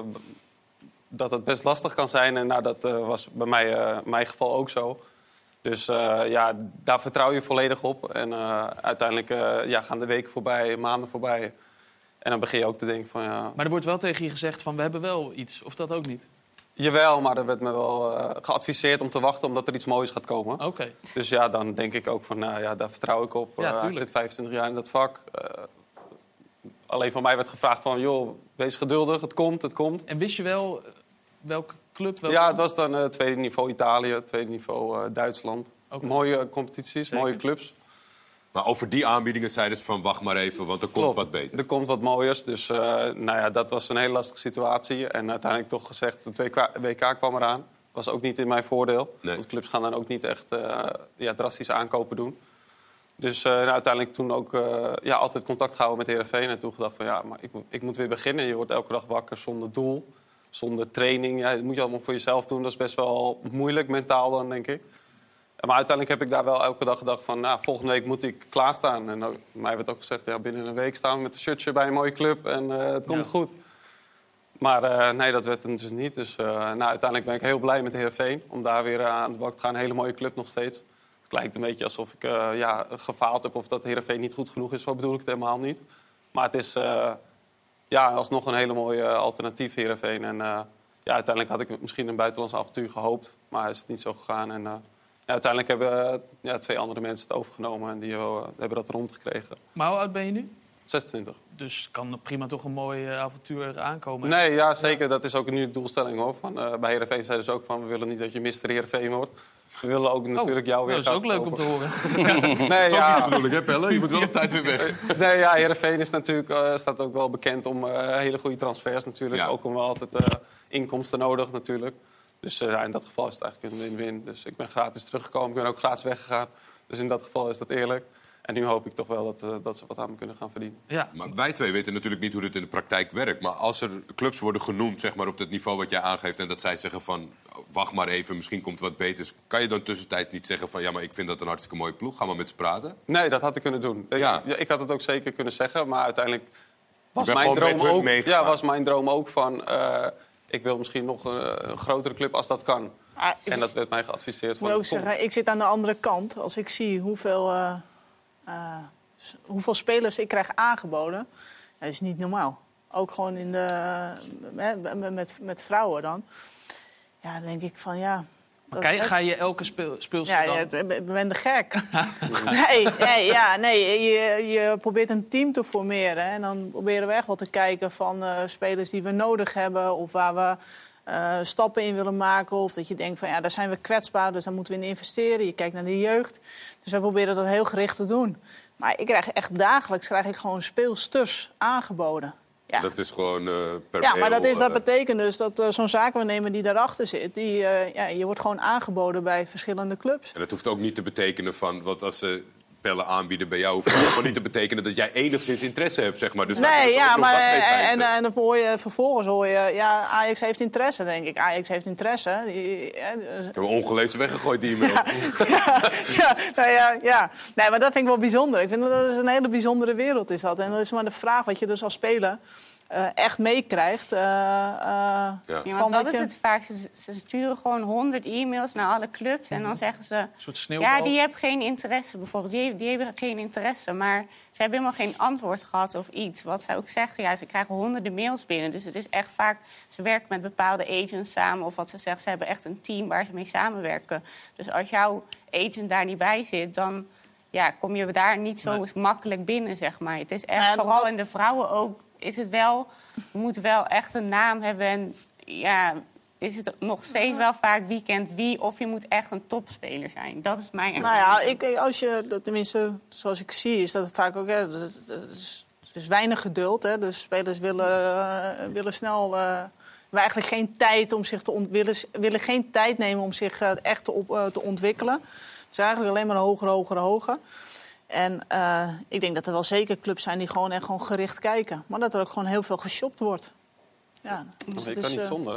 dat het best lastig kan zijn. En nou, dat uh, was bij mij, uh, mijn geval ook zo. Dus uh, ja, daar vertrouw je volledig op. En uh, uiteindelijk uh, ja, gaan de weken voorbij, maanden voorbij. En dan begin je ook te denken van... Ja... Maar er wordt wel tegen je gezegd van, we hebben wel iets. Of dat ook niet? Jawel, maar er werd me wel uh, geadviseerd om te wachten... omdat er iets moois gaat komen. Oké. Okay. Dus ja, dan denk ik ook van, nou ja, daar vertrouw ik op. Ja, uh, ik zit vijfentwintig jaar in dat vak. Uh, alleen van mij werd gevraagd van, joh, wees geduldig, het komt, het komt. En wist je wel welke club? Welke ja, het was dan uh, tweede niveau Italië, tweede niveau uh, Duitsland. Okay. Mooie competities, Zeker. mooie clubs. Maar over die aanbiedingen zeiden ze van, wacht maar even, want er komt Klopt. wat beter. Er komt wat mooiers, dus uh, nou ja, dat was een hele lastige situatie. En uiteindelijk toch gezegd, het W K kwam eraan. Was ook niet in mijn voordeel. Nee. Want clubs gaan dan ook niet echt uh, ja, drastische aankopen doen. Dus uh, nou, uiteindelijk toen ook uh, ja, altijd contact gehouden met Heerenveen. En toen gedacht van, ja, maar ik, ik moet weer beginnen. Je wordt elke dag wakker zonder doel, zonder training. Ja, dat moet je allemaal voor jezelf doen. Dat is best wel moeilijk, mentaal dan, denk ik. Maar uiteindelijk heb ik daar wel elke dag gedacht van... Nou, volgende week moet ik klaarstaan. En ook, mij werd ook gezegd, ja, binnen een week staan we met een shirtje bij een mooie club. En uh, het komt ja. goed. Maar uh, nee, dat werd hem dus niet. Dus uh, nou, uiteindelijk ben ik heel blij met Heerenveen. Om daar weer uh, aan de bak te gaan. Een hele mooie club nog steeds. Het lijkt een beetje alsof ik uh, ja, gefaald heb of dat Heerenveen niet goed genoeg is. Zo bedoel ik het helemaal niet. Maar het is uh, ja, alsnog een hele mooie uh, alternatief Heerenveen. En uh, ja, uiteindelijk had ik misschien een buitenlands avontuur gehoopt. Maar is het niet zo gegaan. En uh, ja, uiteindelijk hebben uh, ja, twee andere mensen het overgenomen. En die uh, hebben dat rondgekregen. Maar hoe oud ben je nu? zesentwintig. Dus kan prima toch een mooi uh, avontuur aankomen? Nee, ja, zeker. Ja. Dat is ook nu de doelstelling, hoor. Van, uh, bij Heerenveen zeiden ze ook van... we willen niet dat je mister Heerenveen wordt. We willen ook natuurlijk jou oh, weer... Dat is ook leuk om te horen. ja. Nee, dat is ja. ook niet de bedoeling, hè, Pelle? Je moet wel op tijd weer weg. Nee, ja, Heerenveen is natuurlijk, uh, staat ook wel bekend om uh, hele goede transfers natuurlijk. Ja. Ook om wel altijd uh, inkomsten nodig natuurlijk. Dus uh, ja, in dat geval is het eigenlijk een win-win. Dus ik ben gratis teruggekomen. Ik ben ook gratis weggegaan. Dus in dat geval is dat eerlijk. En nu hoop ik toch wel dat, uh, dat ze wat aan me kunnen gaan verdienen. Ja. Maar wij twee weten natuurlijk niet hoe dit in de praktijk werkt. Maar als er clubs worden genoemd, zeg maar, op het niveau wat jij aangeeft... en dat zij zeggen van, wacht maar even, misschien komt er wat beters... kan je dan tussentijds niet zeggen van... ja, maar ik vind dat een hartstikke mooie ploeg, ga maar met ze praten? Nee, dat had ik kunnen doen. Ja. Ik, ik had het ook zeker kunnen zeggen, maar uiteindelijk... was mijn droom ook, ja, was mijn droom ook van... Uh, ik wil misschien nog een, een grotere club als dat kan. Ah, ik, en dat werd mij geadviseerd. Ik moet ook zeggen, ik zit aan de andere kant. Als ik zie hoeveel... Uh... Uh, hoeveel spelers ik krijg aangeboden, ja, dat is niet normaal. Ook gewoon in de, uh, met, met vrouwen dan. Ja, dan denk ik van ja... Maar kijk, ga je elke speel, speelster ja, dan... Ja, ik ben de gek. nee, nee, ja, nee je, je probeert een team te formeren. En dan proberen we echt wel te kijken van uh, spelers die we nodig hebben... of waar we uh, stappen in willen maken. Of dat je denkt van ja, daar zijn we kwetsbaar, dus daar moeten we in investeren. Je kijkt naar de jeugd. Dus wij proberen dat heel gericht te doen. Maar ik krijg echt dagelijks krijg ik gewoon speelsters aangeboden. Ja. Dat is gewoon uh, per Ja, maar dat, is, dat betekent dus dat uh, zo'n zaakwaarnemer die daarachter zit... Die, uh, ja, je wordt gewoon aangeboden bij verschillende clubs. En dat hoeft ook niet te betekenen van... wat als ze Pelle aanbieden bij jou... hoeft het gewoon niet te betekenen dat jij enigszins interesse hebt, zeg maar. Dus nee, ja, maar en, en, en dan hoor je, vervolgens hoor je... ja, Ajax heeft interesse, denk ik. Ajax heeft interesse. Die, ja, dus... Ik heb hem ongelezen weggegooid, die e-mail. Ja, ja, ja, nou ja, ja. Nee, maar dat vind ik wel bijzonder. Ik vind dat dat is een hele bijzondere wereld is dat. En dat is maar de vraag wat je dus als speler... Uh, echt meekrijgt. Uh, uh, ja, ja, dat is het vaak. Ze, ze sturen gewoon honderd e-mails naar alle clubs. En dan zeggen ze... Een soort sneeuwbal. Ja, die hebben geen interesse bijvoorbeeld. Die, die hebben geen interesse. Maar ze hebben helemaal geen antwoord gehad of iets. Wat zij ook zeggen, ja, ze krijgen honderden mails binnen. Dus het is echt vaak... Ze werken met bepaalde agents samen. Of wat ze zeggen, ze hebben echt een team waar ze mee samenwerken. Dus als jouw agent daar niet bij zit, dan... Ja, kom je daar niet zo nee. makkelijk binnen, zeg maar. Het is echt, ja, vooral dat... in de vrouwen ook... is het wel, je moet wel echt een naam hebben. En ja, is het nog steeds wel vaak wie kent wie... of je moet echt een topspeler zijn. Dat is mijn ervaring. Nou ja, ik, als je, tenminste, zoals ik zie, is dat vaak ook... Hè, dat, dat is, er is weinig geduld, hè, dus spelers willen, uh, willen snel... Uh, we eigenlijk geen tijd om zich te ont- willen, willen geen tijd nemen om zich uh, echt te, op, uh, te ontwikkelen. Dus eigenlijk alleen maar hoger, hoger, hoger. En uh, ik denk dat er wel zeker clubs zijn die gewoon echt gewoon gericht kijken. Maar dat er ook gewoon heel veel geshopt wordt. Ja, dus dat kan niet uh... zonder, hè?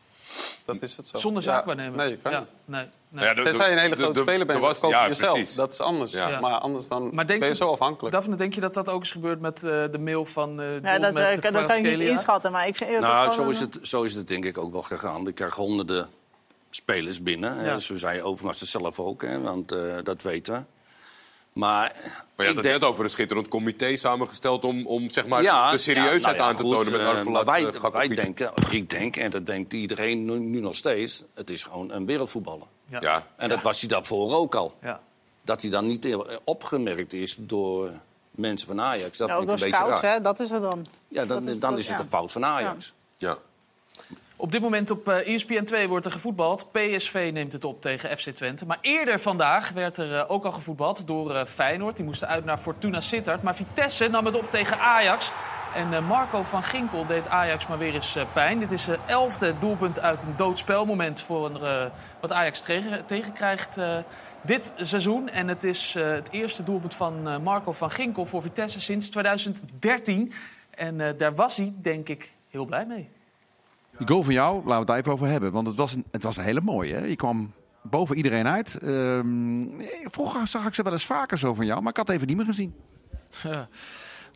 Dat is het zo. Zonder zaakwaarnemer? Ja, nee, je kan ja, niet. Nee, nee. Ja, de, Tenzij je een hele grote de, de, speler bent, dan koop je ja, jezelf. Precies. Dat is anders. Ja. Ja. Maar anders dan maar ben je, je zo afhankelijk. Daphne, denk je dat dat ook is gebeurd met uh, de mail van... Uh, ja, dat, met uh, dat kan ik niet inschatten. Maar ik vind, ja, nou, is zo, is het, zo is het denk ik ook wel gegaan. Ik krijg honderden spelers binnen. Ja. Zo zei Overmars zelf ook, hè, want uh, dat weten we. Maar, maar je had het denk... net over een schitterend comité samengesteld... om, om zeg maar, ja, de serieusheid ja, nou ja, aan te goed, tonen met Arvelat. Uh, wij, wij denken, ik denk, en dat denkt iedereen nu, nu nog steeds... het is gewoon een wereldvoetballer. Ja. Ja. En dat ja. was hij daarvoor ook al. Ja. Dat hij dan niet opgemerkt is door mensen van Ajax. Dat ja, vind ik door een beetje scouts, raar. Hè? Dat is er dan. Ja, dan, is, dan is het ja. een fout van Ajax. Ja. ja. Op dit moment op uh, E S P N twee wordt er gevoetbald. P S V neemt het op tegen F C Twente. Maar eerder vandaag werd er uh, ook al gevoetbald door uh, Feyenoord. Die moesten uit naar Fortuna Sittard. Maar Vitesse nam het op tegen Ajax. En uh, Marco van Ginkel deed Ajax maar weer eens uh, pijn. Dit is het uh, elfde doelpunt uit een doodspelmoment voor een, uh, wat Ajax tegen, tegenkrijgt uh, dit seizoen. En het is uh, het eerste doelpunt van uh, Marco van Ginkel voor Vitesse sinds twintig dertien. En uh, daar was hij, denk ik, heel blij mee. Die goal van jou, laten we het daar even over hebben. Want het was een, het was een hele mooie. Hè? Je kwam boven iedereen uit. Um, vroeger zag ik ze wel eens vaker zo van jou, maar ik had het even niet meer gezien. Ja.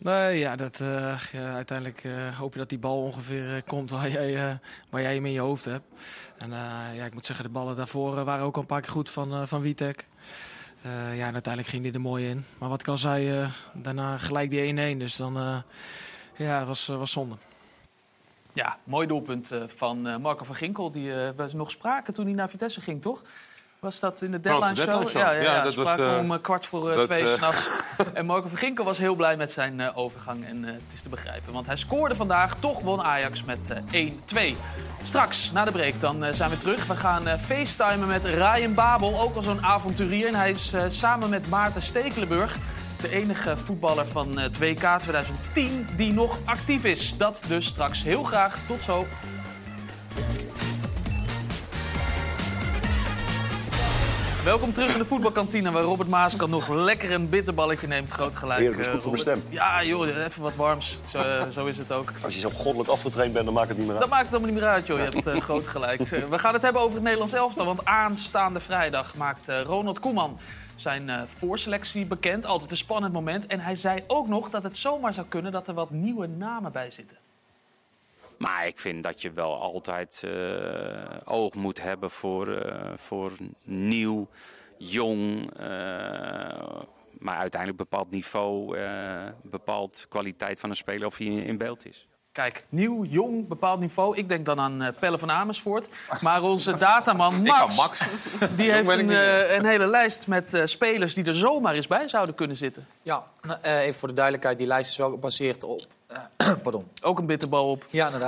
Nee, ja, dat, uh, ja, uiteindelijk uh, hoop je dat die bal ongeveer uh, komt waar jij, uh, waar jij hem in je hoofd hebt. En uh, ja, ik moet zeggen, de ballen daarvoor uh, waren ook al een paar keer goed van, uh, van Witek. Uh, ja, en uiteindelijk ging die er mooi in. Maar wat ik al zei, uh, daarna gelijk die één-één. Dus dan uh, ja, was, uh, was zonde. Ja, mooi doelpunt uh, van uh, Marco van Ginkel. Die uh, we nog spraken toen hij naar Vitesse ging, toch? Was dat in de deadline show? deadline show. Ja, ja, ja, ja, dat was uh, om uh, kwart voor uh, dat, twee uh... s'nachts. En Marco van Ginkel was heel blij met zijn uh, overgang. En uh, het is te begrijpen, want hij scoorde vandaag. Toch won Ajax met uh, één-twee. Straks, na de break, dan uh, zijn we terug. We gaan uh, facetimen met Ryan Babel, ook al zo'n avonturier. En hij is uh, samen met Maarten Stekelenburg de enige voetballer van het W K twintig tien die nog actief is. Dat dus straks. Heel graag. Tot zo. Welkom terug in de voetbalkantine, waar Robert Maaskant nog lekker een bitterballetje neemt. Groot gelijk. Heerlijk, dat is goed voor mijn stem. Ja, joh, even wat warms. Zo, uh, zo is het ook. Als je zo goddelijk afgetraind bent, dan maakt het niet meer uit. Dat maakt het allemaal niet meer uit, joh. Je hebt uh, groot gelijk. Uh, we gaan het hebben over het Nederlands elftal. Want aanstaande vrijdag maakt uh, Ronald Koeman zijn uh, voorselectie bekend. Altijd een spannend moment. En hij zei ook nog dat het zomaar zou kunnen dat er wat nieuwe namen bij zitten. Maar ik vind dat je wel altijd uh, oog moet hebben voor, uh, voor nieuw, jong, uh, maar uiteindelijk bepaald niveau, uh, bepaald kwaliteit van een speler of hij in beeld is. Kijk, nieuw, jong, bepaald niveau. Ik denk dan aan uh, Pelle van Amersfoort. Maar onze dataman Max, Max. die heeft een, uh, een hele lijst met uh, spelers die er zomaar eens bij zouden kunnen zitten. Ja, uh, even voor de duidelijkheid, die lijst is wel gebaseerd op... Uh, pardon. Ook een bitterbal op. Ja, inderdaad.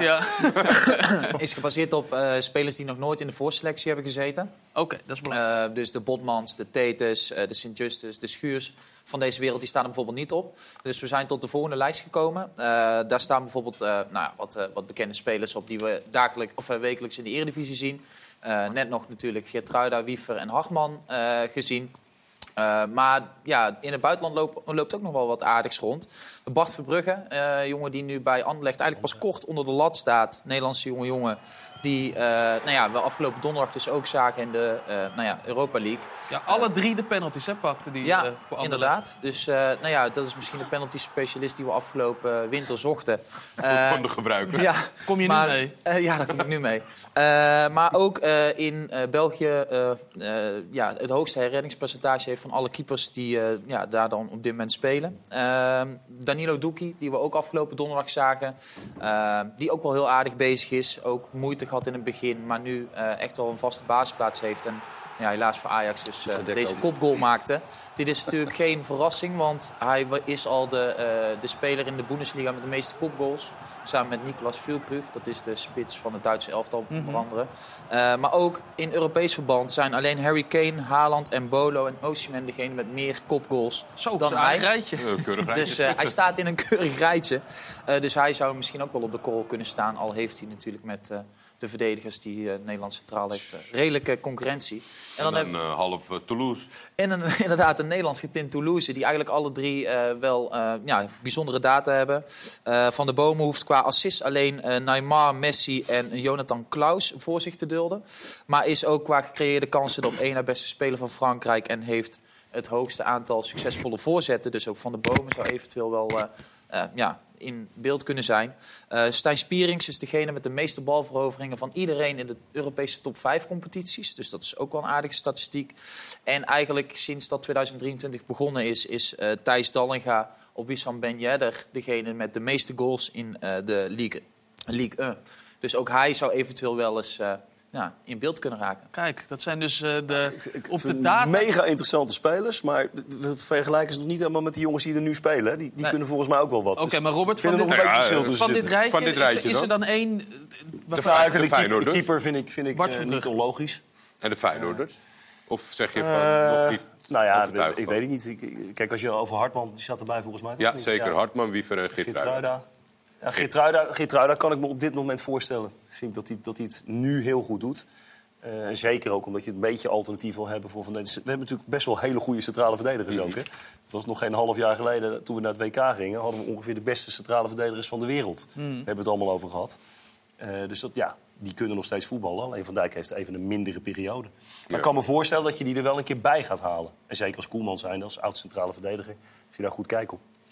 Ja. Is gebaseerd op uh, spelers die nog nooit in de voorselectie hebben gezeten. Oké, okay, dat is belangrijk. Uh, dus de Botmans, de Tetes, uh, de Sint-Justus, de Schuurs van deze wereld, die staan er bijvoorbeeld niet op. Dus we zijn tot de volgende lijst gekomen. Uh, daar staan bijvoorbeeld uh, nou ja, wat, uh, wat bekende spelers op die we dagelijks of uh, wekelijks in de Eredivisie zien. Uh, net nog natuurlijk Geertruida, Wiever en Hartman uh, gezien. Uh, maar ja, in het buitenland loop, loopt ook nog wel wat aardigs rond. Bart Verbrugge, uh, jongen die nu bij Anderlecht eigenlijk pas kort onder de lat staat. Nederlandse jonge jongen die uh, nou ja, we afgelopen donderdag dus ook zagen in de uh, nou ja, Europa League. Ja, alle drie de penalties hè, pakte die ja, uh, voor Anderlecht. Inderdaad. Dus uh, nou ja, dat is misschien de penalty specialist die we afgelopen winter zochten. Uh, Kon de gebruiken. Ja, kom je maar, nu mee? Uh, ja, daar kom ik nu mee. Uh, maar ook uh, in uh, België uh, uh, ja, het hoogste herreddingspercentage heeft van alle keepers die uh, ja, daar dan op dit moment spelen. Uh, Danilo Duki, die we ook afgelopen donderdag zagen. Uh, die ook wel heel aardig bezig is. Ook moeite gehad in het begin, maar nu uh, echt wel een vaste basisplaats heeft. En ja, helaas voor Ajax dus uh, deze kopgoal maakte. Dit is natuurlijk geen verrassing, want hij is al de, uh, de speler in de Bundesliga met de meeste kopgoals. Samen met Niklas Füllkrug, dat is de spits van het Duitse elftal onder mm-hmm. andere. Uh, maar ook in Europees verband zijn alleen Harry Kane, Haaland en Bolo en Osimhen degene met meer kopgoals Zo, dan hij. Rijtje. Uh, keurig rijtje. Dus uh, hij staat in een keurig rijtje. Uh, dus hij zou misschien ook wel op de korrel kunnen staan, al heeft hij natuurlijk met... Uh, de verdedigers die uh, Nederland centraal heeft. Uh, redelijke concurrentie. En dan, en dan uh, half uh, Toulouse. En een, inderdaad een Nederlands getint Toulouse. Die eigenlijk alle drie uh, wel uh, ja, bijzondere data hebben. Uh, Van de Bomen hoeft qua assist alleen uh, Neymar, Messi en Jonathan Klaus voor zich te dulden. Maar is ook qua gecreëerde kansen de op één na beste speler van Frankrijk. En heeft het hoogste aantal succesvolle voorzetten. Dus ook Van de Bomen zou eventueel wel... Uh, Uh, ja, in beeld kunnen zijn. Uh, Stijn Spierings is degene met de meeste balveroveringen van iedereen in de Europese top vijf competities. Dus dat is ook wel een aardige statistiek. En eigenlijk sinds dat tweeduizend drieëntwintig begonnen is, is uh, Thijs Dallinga op Wissam Ben Yedder degene met de meeste goals in uh, de Ligue, Ligue één. Dus ook hij zou eventueel wel eens... Uh, Ja, in beeld kunnen raken. Kijk, dat zijn dus uh, de, of de data... Mega interessante spelers, maar we vergelijken ze nog niet helemaal met de jongens die er nu spelen. Die, die nee. kunnen volgens mij ook wel wat. Oké, okay, dus maar Robert, van, dit, nog een ja, ja, van, van, dit rijtje, van dit rijtje, is, is er dan één... De, de, de, de, de keeper vind ik, vind ik uh, niet onlogisch. En de Feyenoorders? Of zeg je van uh, nog niet Nou ja, ik, ik weet het niet. Ik, kijk, als je over Hartman, die zat erbij volgens mij. Ja, niet? zeker. Ja. Hartman, Wiever en Geertruida. Ja, Geertruida, Geertruida kan ik me op dit moment voorstellen. Ik vind dat hij, dat hij het nu heel goed doet. Uh, zeker ook omdat je een beetje alternatief wil hebben voor van deze. We hebben natuurlijk best wel hele goede centrale verdedigers mm-hmm. ook. Hè? Dat was nog geen half jaar geleden, toen we naar het W K gingen, hadden we ongeveer de beste centrale verdedigers van de wereld. Mm. Daar hebben we het allemaal over gehad. Uh, dus dat, ja, die kunnen nog steeds voetballen. Alleen Van Dijk heeft even een mindere periode. Maar ja. ik kan me voorstellen dat je die er wel een keer bij gaat halen. En zeker als Koeman zijn, als oud centrale verdediger, is hij daar goed kijk op.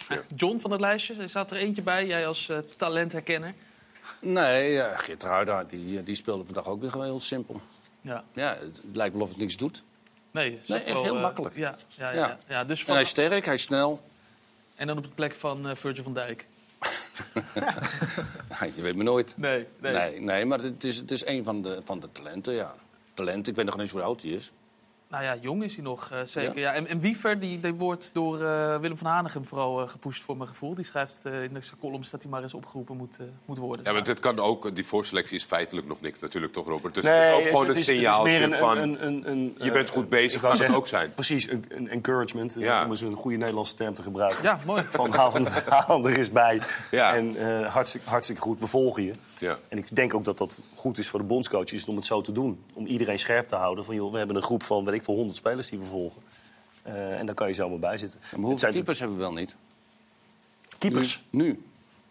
Ja. John van het lijstje, er staat er eentje bij, jij als uh, talentherkenner. Nee, ja, Geertruida, die, die speelde vandaag ook weer gewoon heel simpel. Ja. Ja, het lijkt wel of het niks doet. Nee, nee echt wel, heel uh, makkelijk. Ja, ja, ja. ja. ja. ja dus van... En hij is sterk, hij is snel. En dan op de plek van uh, Virgil van Dijk. Je weet me nooit. Nee, nee. nee, nee maar het is, het is een van de, van de talenten, ja. Talent, ik weet nog niet eens hoe oud hij is. Nou ja, jong is hij nog, uh, zeker. Ja. Ja, en, en Wiever, die, die wordt door uh, Willem van Hanegem vooral uh, gepusht voor mijn gevoel. Die schrijft uh, in de columns dat hij maar eens opgeroepen moet, uh, moet worden. Ja, maar dit kan ook, die voorselectie is feitelijk nog niks natuurlijk, toch Robert? Dus nee, het is ook gewoon het een is, signaaltje het is een, van, een, een, een, je bent goed bezig, kan kan het zeggen, ook zijn. Precies, een, een encouragement, ja. om eens een goede Nederlandse term te gebruiken. Ja, mooi. Van haal er, haal er eens bij. Ja. En uh, hartstikke, hartstikke goed, we volgen je. Ja. En ik denk ook dat dat goed is voor de bondscoaches om het zo te doen. Om iedereen scherp te houden. Van, joh, we hebben een groep van, weet ik veel, honderd spelers die we volgen. Uh, en daar kan je zomaar bij zitten. Ja, maar hoeveel keepers hebben we wel niet? Keepers? Nu? nu.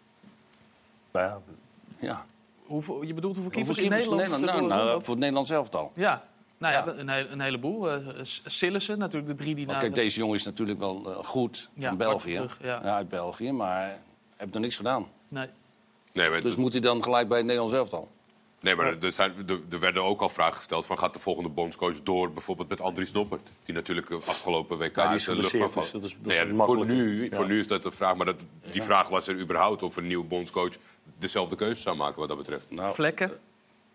Nou ja. ja. Hoeveel, je bedoelt hoeveel keepers, hoeveel keepers in Nederland? In Nederland? Nou, nou, voor het Nederlands elftal. Ja. Nou ja, ja. Een, een heleboel. Uh, Sillissen, natuurlijk de drie die... Maar kijk, deze jongen is natuurlijk wel uh, goed van ja, België. Terug, ja. Ja, uit België, maar hij heeft nog niks gedaan. Nee. nee maar dus moet hij dan gelijk bij het Nederlands elftal? Nee, maar er, zijn, er, er werden ook al vragen gesteld van gaat de volgende bondscoach door bijvoorbeeld met Andries Noppert, die natuurlijk afgelopen W K ja, die is de geblesseerd, dus dat is, dat is nee, ja, voor, nu, ja. voor nu is dat een vraag, maar dat, die ja. vraag was er überhaupt of een nieuwe bondscoach dezelfde keuze zou maken wat dat betreft. Nou, Vlekken. Uh,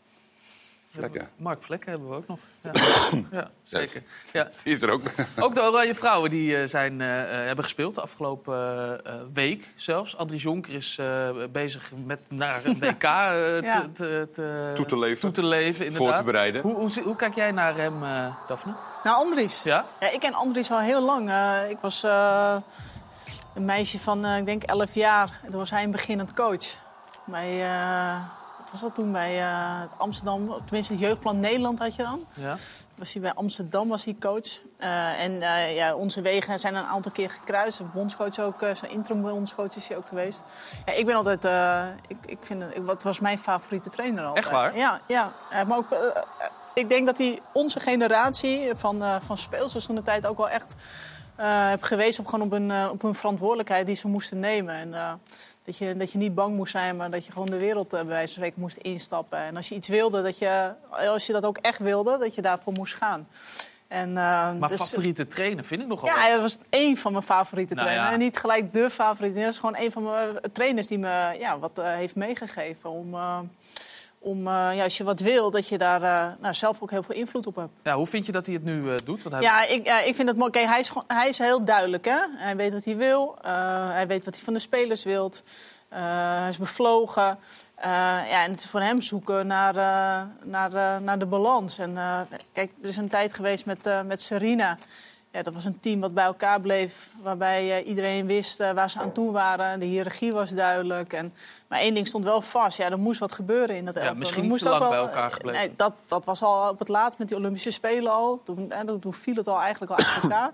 Vlekken. Mark Vlekken hebben we ook nog. Ja, ja zeker. Ja. Die is er ook. Ook de Oranje Vrouwen die uh, zijn, uh, hebben gespeeld de afgelopen uh, week zelfs. Andries Jonker is uh, bezig met naar een W K uh, ja. te, te, te, toe te leven, toe te leven inderdaad. Voor te bereiden. Hoe, hoe, hoe kijk jij naar hem, uh, Daphne? Naar Andries? Ja? Ja, ik ken Andries al heel lang. Uh, ik was uh, een meisje van, uh, ik denk, elf jaar. En toen was hij een beginnend coach. Bij... Uh, Wat was dat toen bij uh, Amsterdam? Tenminste, het Jeugdplan Nederland had je dan. Ja. Was hij bij Amsterdam was hij coach. Uh, en uh, ja, onze wegen zijn een aantal keer gekruist. De bondscoach ook, uh, zijn interim bondscoach is hij ook geweest. Ja, ik ben altijd, uh, ik, ik vind het, wat was mijn favoriete trainer altijd. Echt waar? Ja, ja. Uh, maar ook, uh, ik denk dat hij onze generatie van, uh, van speelsters toen de tijd ook wel echt uh, heeft gewezen op, gewoon op, een, uh, op een verantwoordelijkheid die ze moesten nemen. En, uh, Dat je, dat je niet bang moest zijn, maar dat je gewoon de wereld bij wijze van spreken moest instappen. En als je iets wilde, dat je, als je dat ook echt wilde, dat je daarvoor moest gaan. En, uh, maar dus, favoriete trainer vind ik nogal. Ja, hij was één van mijn favoriete nou, trainers. Ja. En niet gelijk de favoriete. Dat is gewoon een van mijn trainers die me ja, wat uh, heeft meegegeven. Om, uh, om uh, ja, als je wat wil, dat je daar uh, nou, zelf ook heel veel invloed op hebt. Ja, hoe vind je dat hij het nu uh, doet? Want hij... Ja, ik, ja, ik vind het mooi. Kijk, hij, is gewoon, hij is heel duidelijk. Hè? Hij weet wat hij wil. Uh, hij weet wat hij van de spelers wil. Uh, hij is bevlogen. Uh, ja, en het is voor hem zoeken naar, uh, naar, uh, naar de balans. En, uh, kijk, er is een tijd geweest met, uh, met Serena. Ja, dat was een team wat bij elkaar bleef. Waarbij uh, iedereen wist uh, waar ze aan toe waren. De hiërarchie was duidelijk. En, maar één ding stond wel vast. Ja, er moest wat gebeuren in dat elftal. Ja, misschien niet niet te lang wel, bij elkaar gebleven. Nee, dat, dat was al op het laatst met die Olympische Spelen al. Toen, eh, toen viel het al eigenlijk al uit elkaar.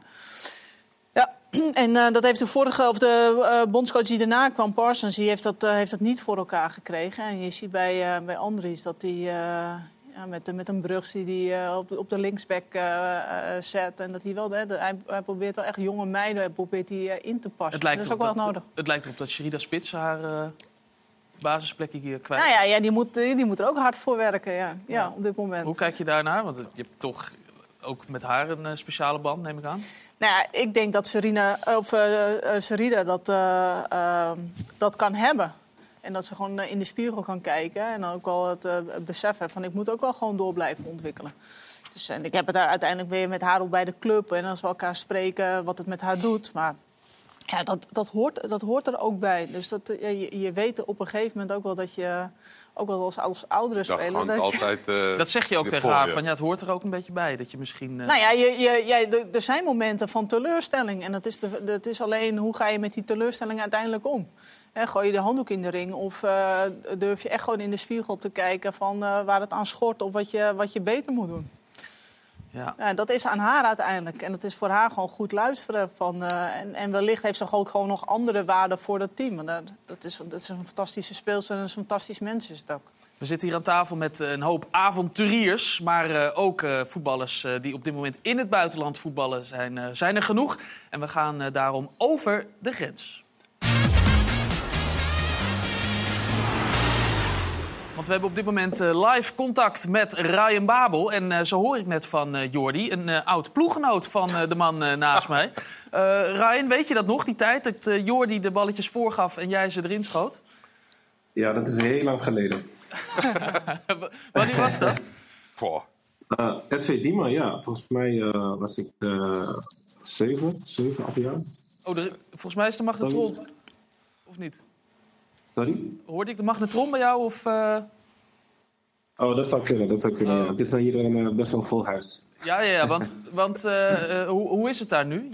Ja, en uh, dat heeft de vorige, of de uh, bondscoach die daarna kwam, Parsons, die heeft dat, uh, heeft dat niet voor elkaar gekregen. En je ziet bij, uh, bij Andries dat hij uh, ja, met, met een brug die hij uh, op, de, op de linksback uh, uh, zet. En dat hij wel, hè, de, hij, hij probeert wel echt jonge meiden probeert hij, uh, in te passen. Het lijkt dat is ook wel dat, nodig. Het lijkt erop dat Sherida Spits haar uh, basisplekje hier kwijt. Nou ja, ja die, moet, die moet er ook hard voor werken, ja, ja, ja. op dit moment. Hoe kijk je daarnaar? Want je hebt toch ook met haar een uh, speciale band, neem ik aan. Nou ja, ik denk dat Serena, of, uh, uh, Serena dat, uh, uh, dat kan hebben. En dat ze gewoon uh, in de spiegel kan kijken. En dan ook wel het, uh, het besef heeft van ik moet ook wel gewoon door blijven ontwikkelen. Dus, en ik heb het daar uiteindelijk weer met haar ook bij de club. En als we elkaar spreken wat het met haar doet. Maar ja, dat, dat, hoort, dat hoort er ook bij. Dus dat, uh, je, je weet op een gegeven moment ook wel dat je... Ook wel als, als oudere speler. Dat, altijd, uh, dat zeg je ook tegen haar. Van, ja, het hoort er ook een beetje bij. Dat je misschien. Uh... Nou ja, je, je, je, er zijn momenten van teleurstelling. En dat is, de, dat is alleen hoe ga je met die teleurstelling uiteindelijk om. He, gooi je de handdoek in de ring? Of uh, durf je echt gewoon in de spiegel te kijken van uh, waar het aan schort of wat je, wat je beter moet doen? Ja. Ja, dat is aan haar uiteindelijk. En dat is voor haar gewoon goed luisteren. Van, uh, en, en wellicht heeft ze ook gewoon nog andere waarden voor dat team. Want dat, dat, is, dat is een fantastische speelster en een fantastisch mens is het ook. We zitten hier aan tafel met een hoop avonturiers. Maar uh, ook uh, voetballers uh, die op dit moment in het buitenland voetballen zijn, uh, zijn er genoeg. En we gaan uh, daarom over de grens. Want we hebben op dit moment uh, live contact met Ryan Babel. En uh, zo hoor ik net van uh, Jordi, een uh, oud ploeggenoot van uh, de man uh, naast mij. Uh, Ryan, weet je dat nog, die tijd dat uh, Jordi de balletjes voorgaf en jij ze erin schoot? Ja, dat is heel lang geleden. Wanneer was dat? Uh, S V Diemen, ja. Volgens mij uh, was ik uh, zeven, zeven, acht jaar. Oh, de, volgens mij is de magnetron. Of niet? Sorry? Hoorde ik de magnetron bij jou? Of, uh... Oh, dat zou kunnen, dat zou kunnen, oh. ja. Het is hier een uh, best wel vol huis. Ja, ja, ja, want, want uh, uh, hoe, hoe is het daar nu?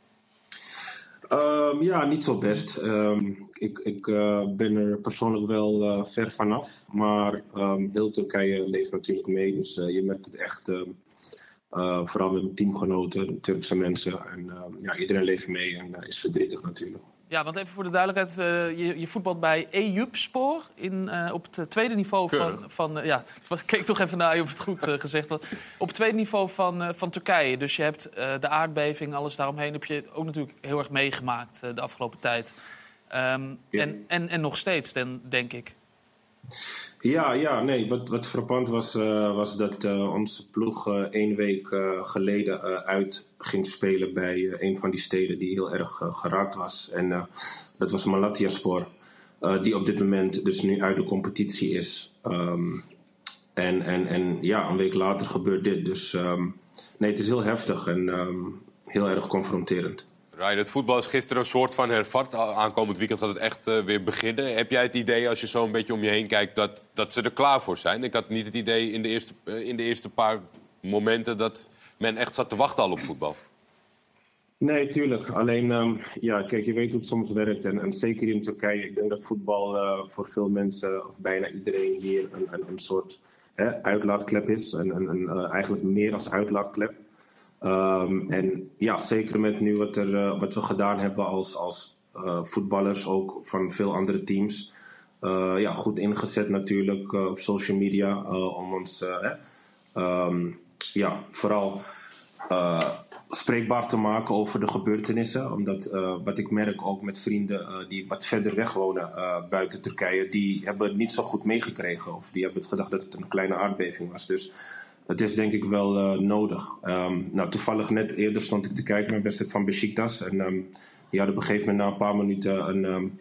Um, ja, niet zo best. Um, ik ik uh, ben er persoonlijk wel uh, ver vanaf. Maar um, heel Turkije leeft natuurlijk mee. Dus uh, je merkt het echt, uh, uh, vooral met mijn teamgenoten, de Turkse mensen. En uh, ja, iedereen leeft mee en uh, is verdrietig natuurlijk. Ja, want even voor de duidelijkheid. Uh, je, je voetbalt bij Eyüpspor in, uh, op het tweede niveau van... van uh, ja, ik keek toch even naar je of het goed uh, gezegd was. Op het tweede niveau van, uh, van Turkije. Dus je hebt uh, de aardbeving, alles daaromheen... heb je ook natuurlijk heel erg meegemaakt uh, de afgelopen tijd. Um, ja. en, en, en nog steeds, dan, denk ik. Ja, ja, nee. Wat, wat frappant was, uh, was dat uh, onze ploeg uh, één week uh, geleden uh, uit ging spelen bij uh, een van die steden die heel erg uh, geraakt was. En uh, dat was Malatyaspor, uh, die op dit moment dus nu uit de competitie is. Um, en, en, en ja, een week later gebeurt dit. Dus um, nee, het is heel heftig en um, heel erg confronterend. Ryan, het voetbal is gisteren een soort van hervat. Aankomend weekend gaat het echt uh, weer beginnen. Heb jij het idee, als je zo een beetje om je heen kijkt, dat, dat ze er klaar voor zijn? Ik had niet het idee in de eerste, uh, in de eerste paar momenten dat men echt zat te wachten al op voetbal. Nee, tuurlijk. Alleen, um, ja, kijk, je weet hoe het soms werkt. En, en zeker in Turkije, ik denk dat voetbal uh, voor veel mensen, of bijna iedereen hier, een, een, een soort hè, uitlaatklep is. En, en, en uh, eigenlijk meer als uitlaatklep. Um, en ja, zeker met nu wat, er, uh, wat we gedaan hebben als, als uh, voetballers, ook van veel andere teams. Uh, ja, goed ingezet natuurlijk uh, op social media uh, om ons uh, um, ja, vooral uh, spreekbaar te maken over de gebeurtenissen. Omdat uh, wat ik merk ook met vrienden uh, die wat verder weg wonen uh, buiten Turkije, die hebben het niet zo goed meegekregen. Of die hebben het gedacht dat het een kleine aardbeving was. Dus het is denk ik wel uh, nodig. Um, nou, toevallig net eerder stond ik te kijken naar een wedstrijd van Beşiktaş. En um, die hadden op een gegeven moment na een paar minuten een, um,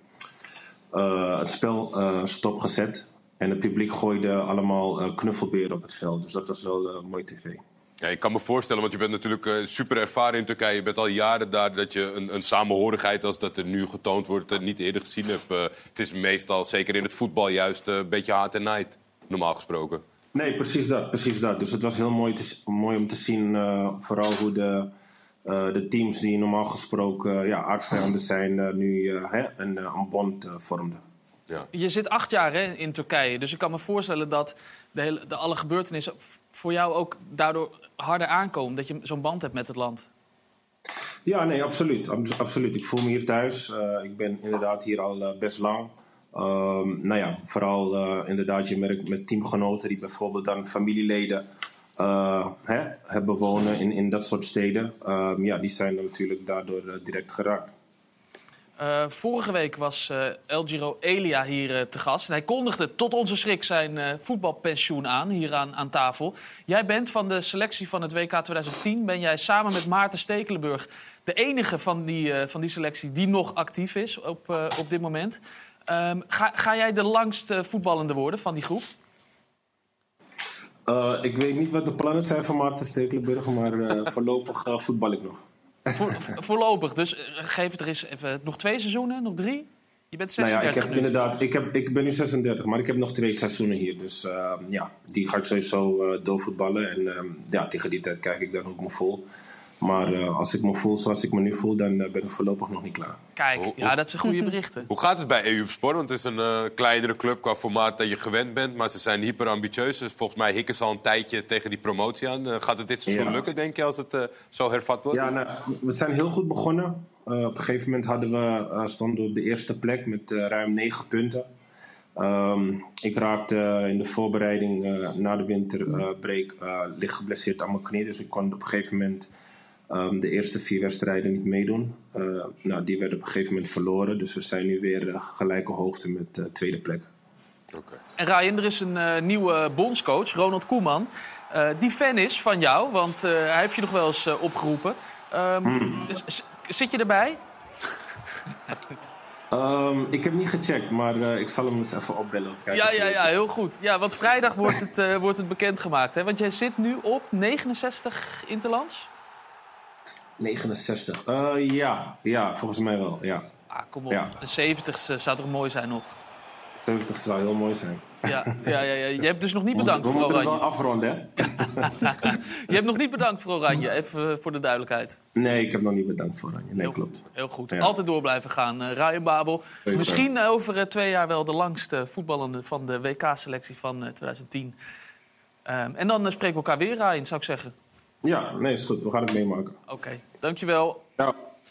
uh, het spel uh, stopgezet. En het publiek gooide allemaal uh, knuffelberen op het veld. Dus dat was wel uh, mooi tv. Ja, ik kan me voorstellen, want je bent natuurlijk uh, super ervaren in Turkije. Je bent al jaren daar, dat je een, een samenhorigheid als dat er nu getoond wordt uh, niet eerder gezien hebt. Uh, het is meestal, zeker in het voetbal, juist uh, een beetje haat en nijd, normaal gesproken. Nee, precies dat, precies dat. Dus het was heel mooi, te, mooi om te zien, uh, vooral hoe de, uh, de teams die normaal gesproken uh, ja, aardsvijanden zijn, uh, nu uh, hè, een, een bond uh, vormden. Ja. Je zit acht jaar hè, in Turkije, dus ik kan me voorstellen dat de hele, de alle gebeurtenissen voor jou ook daardoor harder aankomen. Dat je zo'n band hebt met het land. Ja, nee, absoluut. absoluut. Ik voel me hier thuis. Uh, ik ben inderdaad hier al uh, best lang. Um, nou ja, vooral uh, inderdaad, je merkt met teamgenoten die bijvoorbeeld dan familieleden uh, hè, hebben wonen in, in dat soort steden. Um, ja, die zijn natuurlijk daardoor uh, direct geraakt. Uh, vorige week was uh, El Giro Elia hier uh, te gast. En hij kondigde tot onze schrik zijn uh, voetbalpensioen aan, hier aan, aan tafel. Jij bent van de selectie van het W K twintig tien... ben jij samen met Maarten Stekelenburg de enige van die, uh, van die selectie die nog actief is op, uh, op dit moment. Um, ga, ga jij de langst uh, voetballende worden van die groep? Uh, ik weet niet wat de plannen zijn van Maarten Stekelenburg, maar uh, voorlopig uh, voetbal ik nog. Voor, voorlopig, dus uh, geef het er eens even. Nog twee seizoenen, nog drie? Je bent zesendertig. Nou ja, ik heb inderdaad, ik, heb, ik ben nu zesendertig, maar ik heb nog twee seizoenen hier. Dus uh, ja, die ga ik sowieso uh, doorvoetballen. En uh, ja, tegen die tijd kijk ik dan hoe ik me voel. Maar uh, als ik me voel zoals ik me nu voel, dan uh, ben ik voorlopig nog niet klaar. Kijk, ja, dat zijn goede berichten. Hoe gaat het bij Eyüpspor? Want het is een uh, kleinere club qua formaat dat je gewend bent. Maar ze zijn hyper ambitieus. Dus volgens mij hikken ze al een tijdje tegen die promotie aan. Uh, gaat het dit seizoen ja. lukken, denk je, als het uh, zo hervat wordt? Ja, nou, we zijn heel goed begonnen. Uh, op een gegeven moment hadden we, uh, stonden we op de eerste plek met uh, ruim negen punten. Um, ik raakte uh, in de voorbereiding uh, na de winterbreak uh, licht geblesseerd aan mijn knie. Dus ik kon op een gegeven moment um, de eerste vier wedstrijden niet meedoen. Uh, nou, die werden op een gegeven moment verloren. Dus we zijn nu weer uh, gelijke hoogte met uh, tweede plek. Okay. En Ryan, er is een uh, nieuwe bondscoach, Ronald Koeman, uh, die fan is van jou, want uh, hij heeft je nog wel eens uh, opgeroepen. Um, mm. z- zit je erbij? Um, ik heb niet gecheckt, maar uh, ik zal hem eens even opbellen. Ja, ja, ja, heel goed. Ja, want vrijdag wordt het, uh, wordt het bekendgemaakt. Hè? Want jij zit nu op negenenzestig interlands? negenenzestig? Uh, ja, ja, volgens mij wel, ja. Ah, kom op. Ja. De zeventigste zou toch mooi zijn nog? zeventig zou heel mooi zijn. Ja, ja, ja, ja. Je hebt dus nog niet bedankt we voor Oranje. We Oranje. moeten wel afronden, hè? Je hebt nog niet bedankt voor Oranje, even voor de duidelijkheid. Nee, ik heb nog niet bedankt voor Oranje. Nee, heel klopt. Goed, heel goed. Ja. Altijd door blijven gaan. Uh, Ryan Babel. Zeker. Misschien uh, over uh, twee jaar wel de langste voetballende van de W K-selectie van uh, twintig tien. Um, en dan uh, spreken we elkaar weer, Ryan, zou ik zeggen. Ja, nee, is goed. We gaan het meemaken. Oké, okay. Dankjewel. Ja.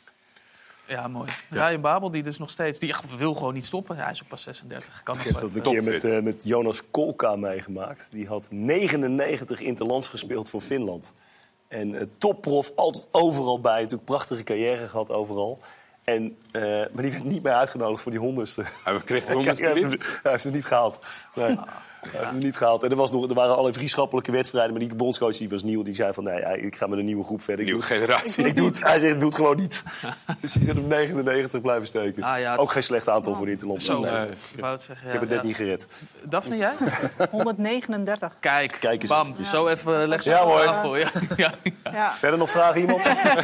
Ja, mooi. Ja. Ryan Babel, die dus nog steeds... Die wil gewoon niet stoppen. Ja, hij is ook pas zesendertig. Kan ik heb dat een keer met, uh, met Jonas Kolka meegemaakt. Die had negenennegentig interlands gespeeld voor Finland. En uh, topprof, altijd overal bij. Natuurlijk prachtige carrière gehad overal. En, uh, maar die werd niet meer uitgenodigd voor die honderdste. Hij kreeg de honderdste niet? Hij heeft het niet gehaald. Nee. Hij heeft het niet gehaald. En er, was nog, er waren allerlei vriendschappelijke wedstrijden. Maar die bondscoach die was nieuw. Die zei van, nee, ik ga met een nieuwe groep verder. Nieuwe ik generatie. Ik doe het, hij zegt, ik doe het gewoon niet. Dus die zit op negenennegentig blijven steken. Ah, ja, ook geen slecht aantal oh. voor de Interland. Zo, nee. nee. Ik, wou het zeggen, ja, ik heb het net ja. niet gered. Daphne, jij? honderdnegenendertig. Kijk, Kijk eens bam. Ja. Zo even leg je ja, mooi. voor. Ja, ja, ja. Ja. Verder nog vragen, iemand?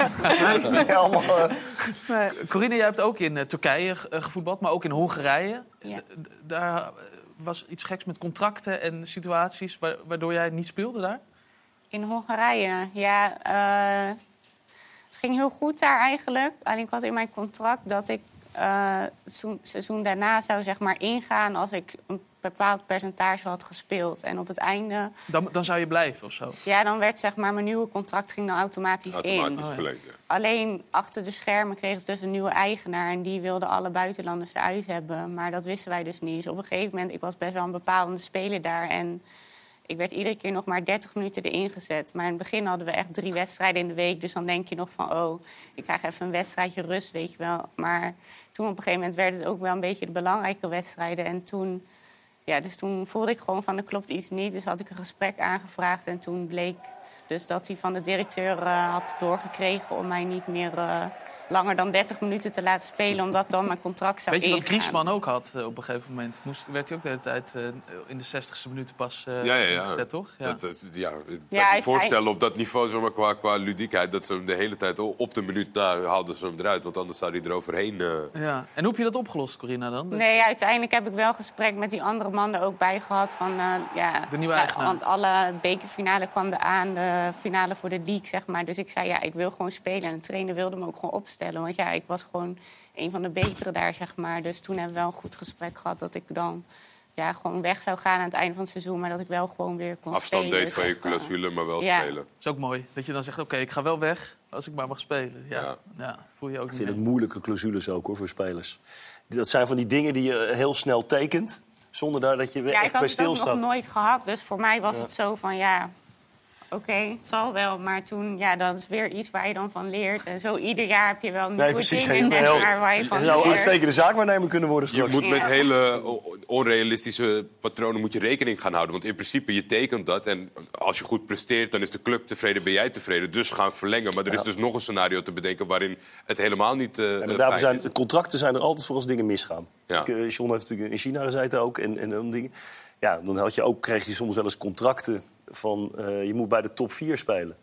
nee, nee, allemaal, uh... nee. Corine, jij hebt ook in uh, Turkije uh, gevoetbald, maar ook in Hongarije. Ja. D- daar... was iets geks met contracten en situaties waardoor jij niet speelde daar? In Hongarije, ja. Uh, het ging heel goed daar eigenlijk. Alleen ik had in mijn contract dat ik uh, het seizoen daarna zou zeg maar ingaan als ik een bepaald percentage had gespeeld. En op het einde... Dan, dan zou je blijven of zo? Ja, dan werd zeg maar mijn nieuwe contract ging dan automatisch, automatisch in. Automatisch verlengd, ja. Alleen achter de schermen kregen ze dus een nieuwe eigenaar. En die wilde alle buitenlanders eruit hebben. Maar dat wisten wij dus niet. Dus op een gegeven moment, ik was best wel een bepalende speler daar. En ik werd iedere keer nog maar dertig minuten erin gezet. Maar in het begin hadden we echt drie wedstrijden in de week. Dus dan denk je nog van, oh, ik krijg even een wedstrijdje rust, weet je wel. Maar toen op een gegeven moment werd het ook wel een beetje de belangrijke wedstrijden. En toen, ja, dus toen voelde ik gewoon van, er klopt iets niet. Dus had ik een gesprek aangevraagd en toen bleek... Dus dat hij van de directeur uh, had doorgekregen om mij niet meer uh, langer dan dertig minuten te laten spelen, omdat dan mijn contract zou ingaan. Weet je ingaan. wat Griezmann ook had uh, op een gegeven moment? Moest, werd hij ook de hele tijd uh, in de zestigste minuut pas uh, ja, ja, ja. gezet, toch? Ja, dat, dat, ja ik kan ja, me voorstellen hij... op dat niveau, zomaar qua, qua ludiekheid, dat ze hem de hele tijd op de minuut daar haalden ze hem eruit, want anders zou hij er overheen. Uh... Ja. En hoe heb je dat opgelost, Corina, dan? Nee, uiteindelijk heb ik wel gesprek met die andere man er ook bij gehad. Van, uh, ja, de nieuwe ja, eigenaar. Want alle bekerfinale kwam er aan, de finale voor de league, zeg maar. Dus ik zei, ja, ik wil gewoon spelen. En de trainer wilde me ook gewoon opstellen. Want ja, ik was gewoon een van de betere daar, zeg maar. Dus toen hebben we wel een goed gesprek gehad dat ik dan ja, gewoon weg zou gaan aan het einde van het seizoen. Maar dat ik wel gewoon weer kon Afstand spelen. deed van je clausule, maar wel ja. spelen. Dat is ook mooi. Dat je dan zegt, oké, okay, ik ga wel weg als ik maar mag spelen. Ja, ja. ja voel je ook ik niet vind mee. het moeilijke clausules ook, hoor, voor spelers. Dat zijn van die dingen die je heel snel tekent, zonder daar dat je ja, echt bij stilstaat. Ik had het ook nog nooit gehad, dus voor mij was ja. het zo van, ja... Oké, okay, het zal wel, maar toen, ja, dat is weer iets waar je dan van leert. En zo ieder jaar heb je wel nieuwe nee, precies, dingen heel, waar, waar je van je leert. zou uitstekende zaakwaarnemer kunnen worden straks. Je moet met ja. hele onrealistische patronen moet je rekening gaan houden. Want in principe, je tekent dat. En als je goed presteert, dan is de club tevreden, ben jij tevreden. Dus gaan verlengen. Maar er is ja. dus nog een scenario te bedenken waarin het helemaal niet uh, ja, maar daarvoor zijn de contracten zijn er altijd voor als dingen misgaan. Ja. Ik, uh, John heeft natuurlijk in China gezeten ook. En, en, en dingen. Ja, dan had je ook, kreeg je soms wel eens contracten van uh, je moet bij de top vier spelen.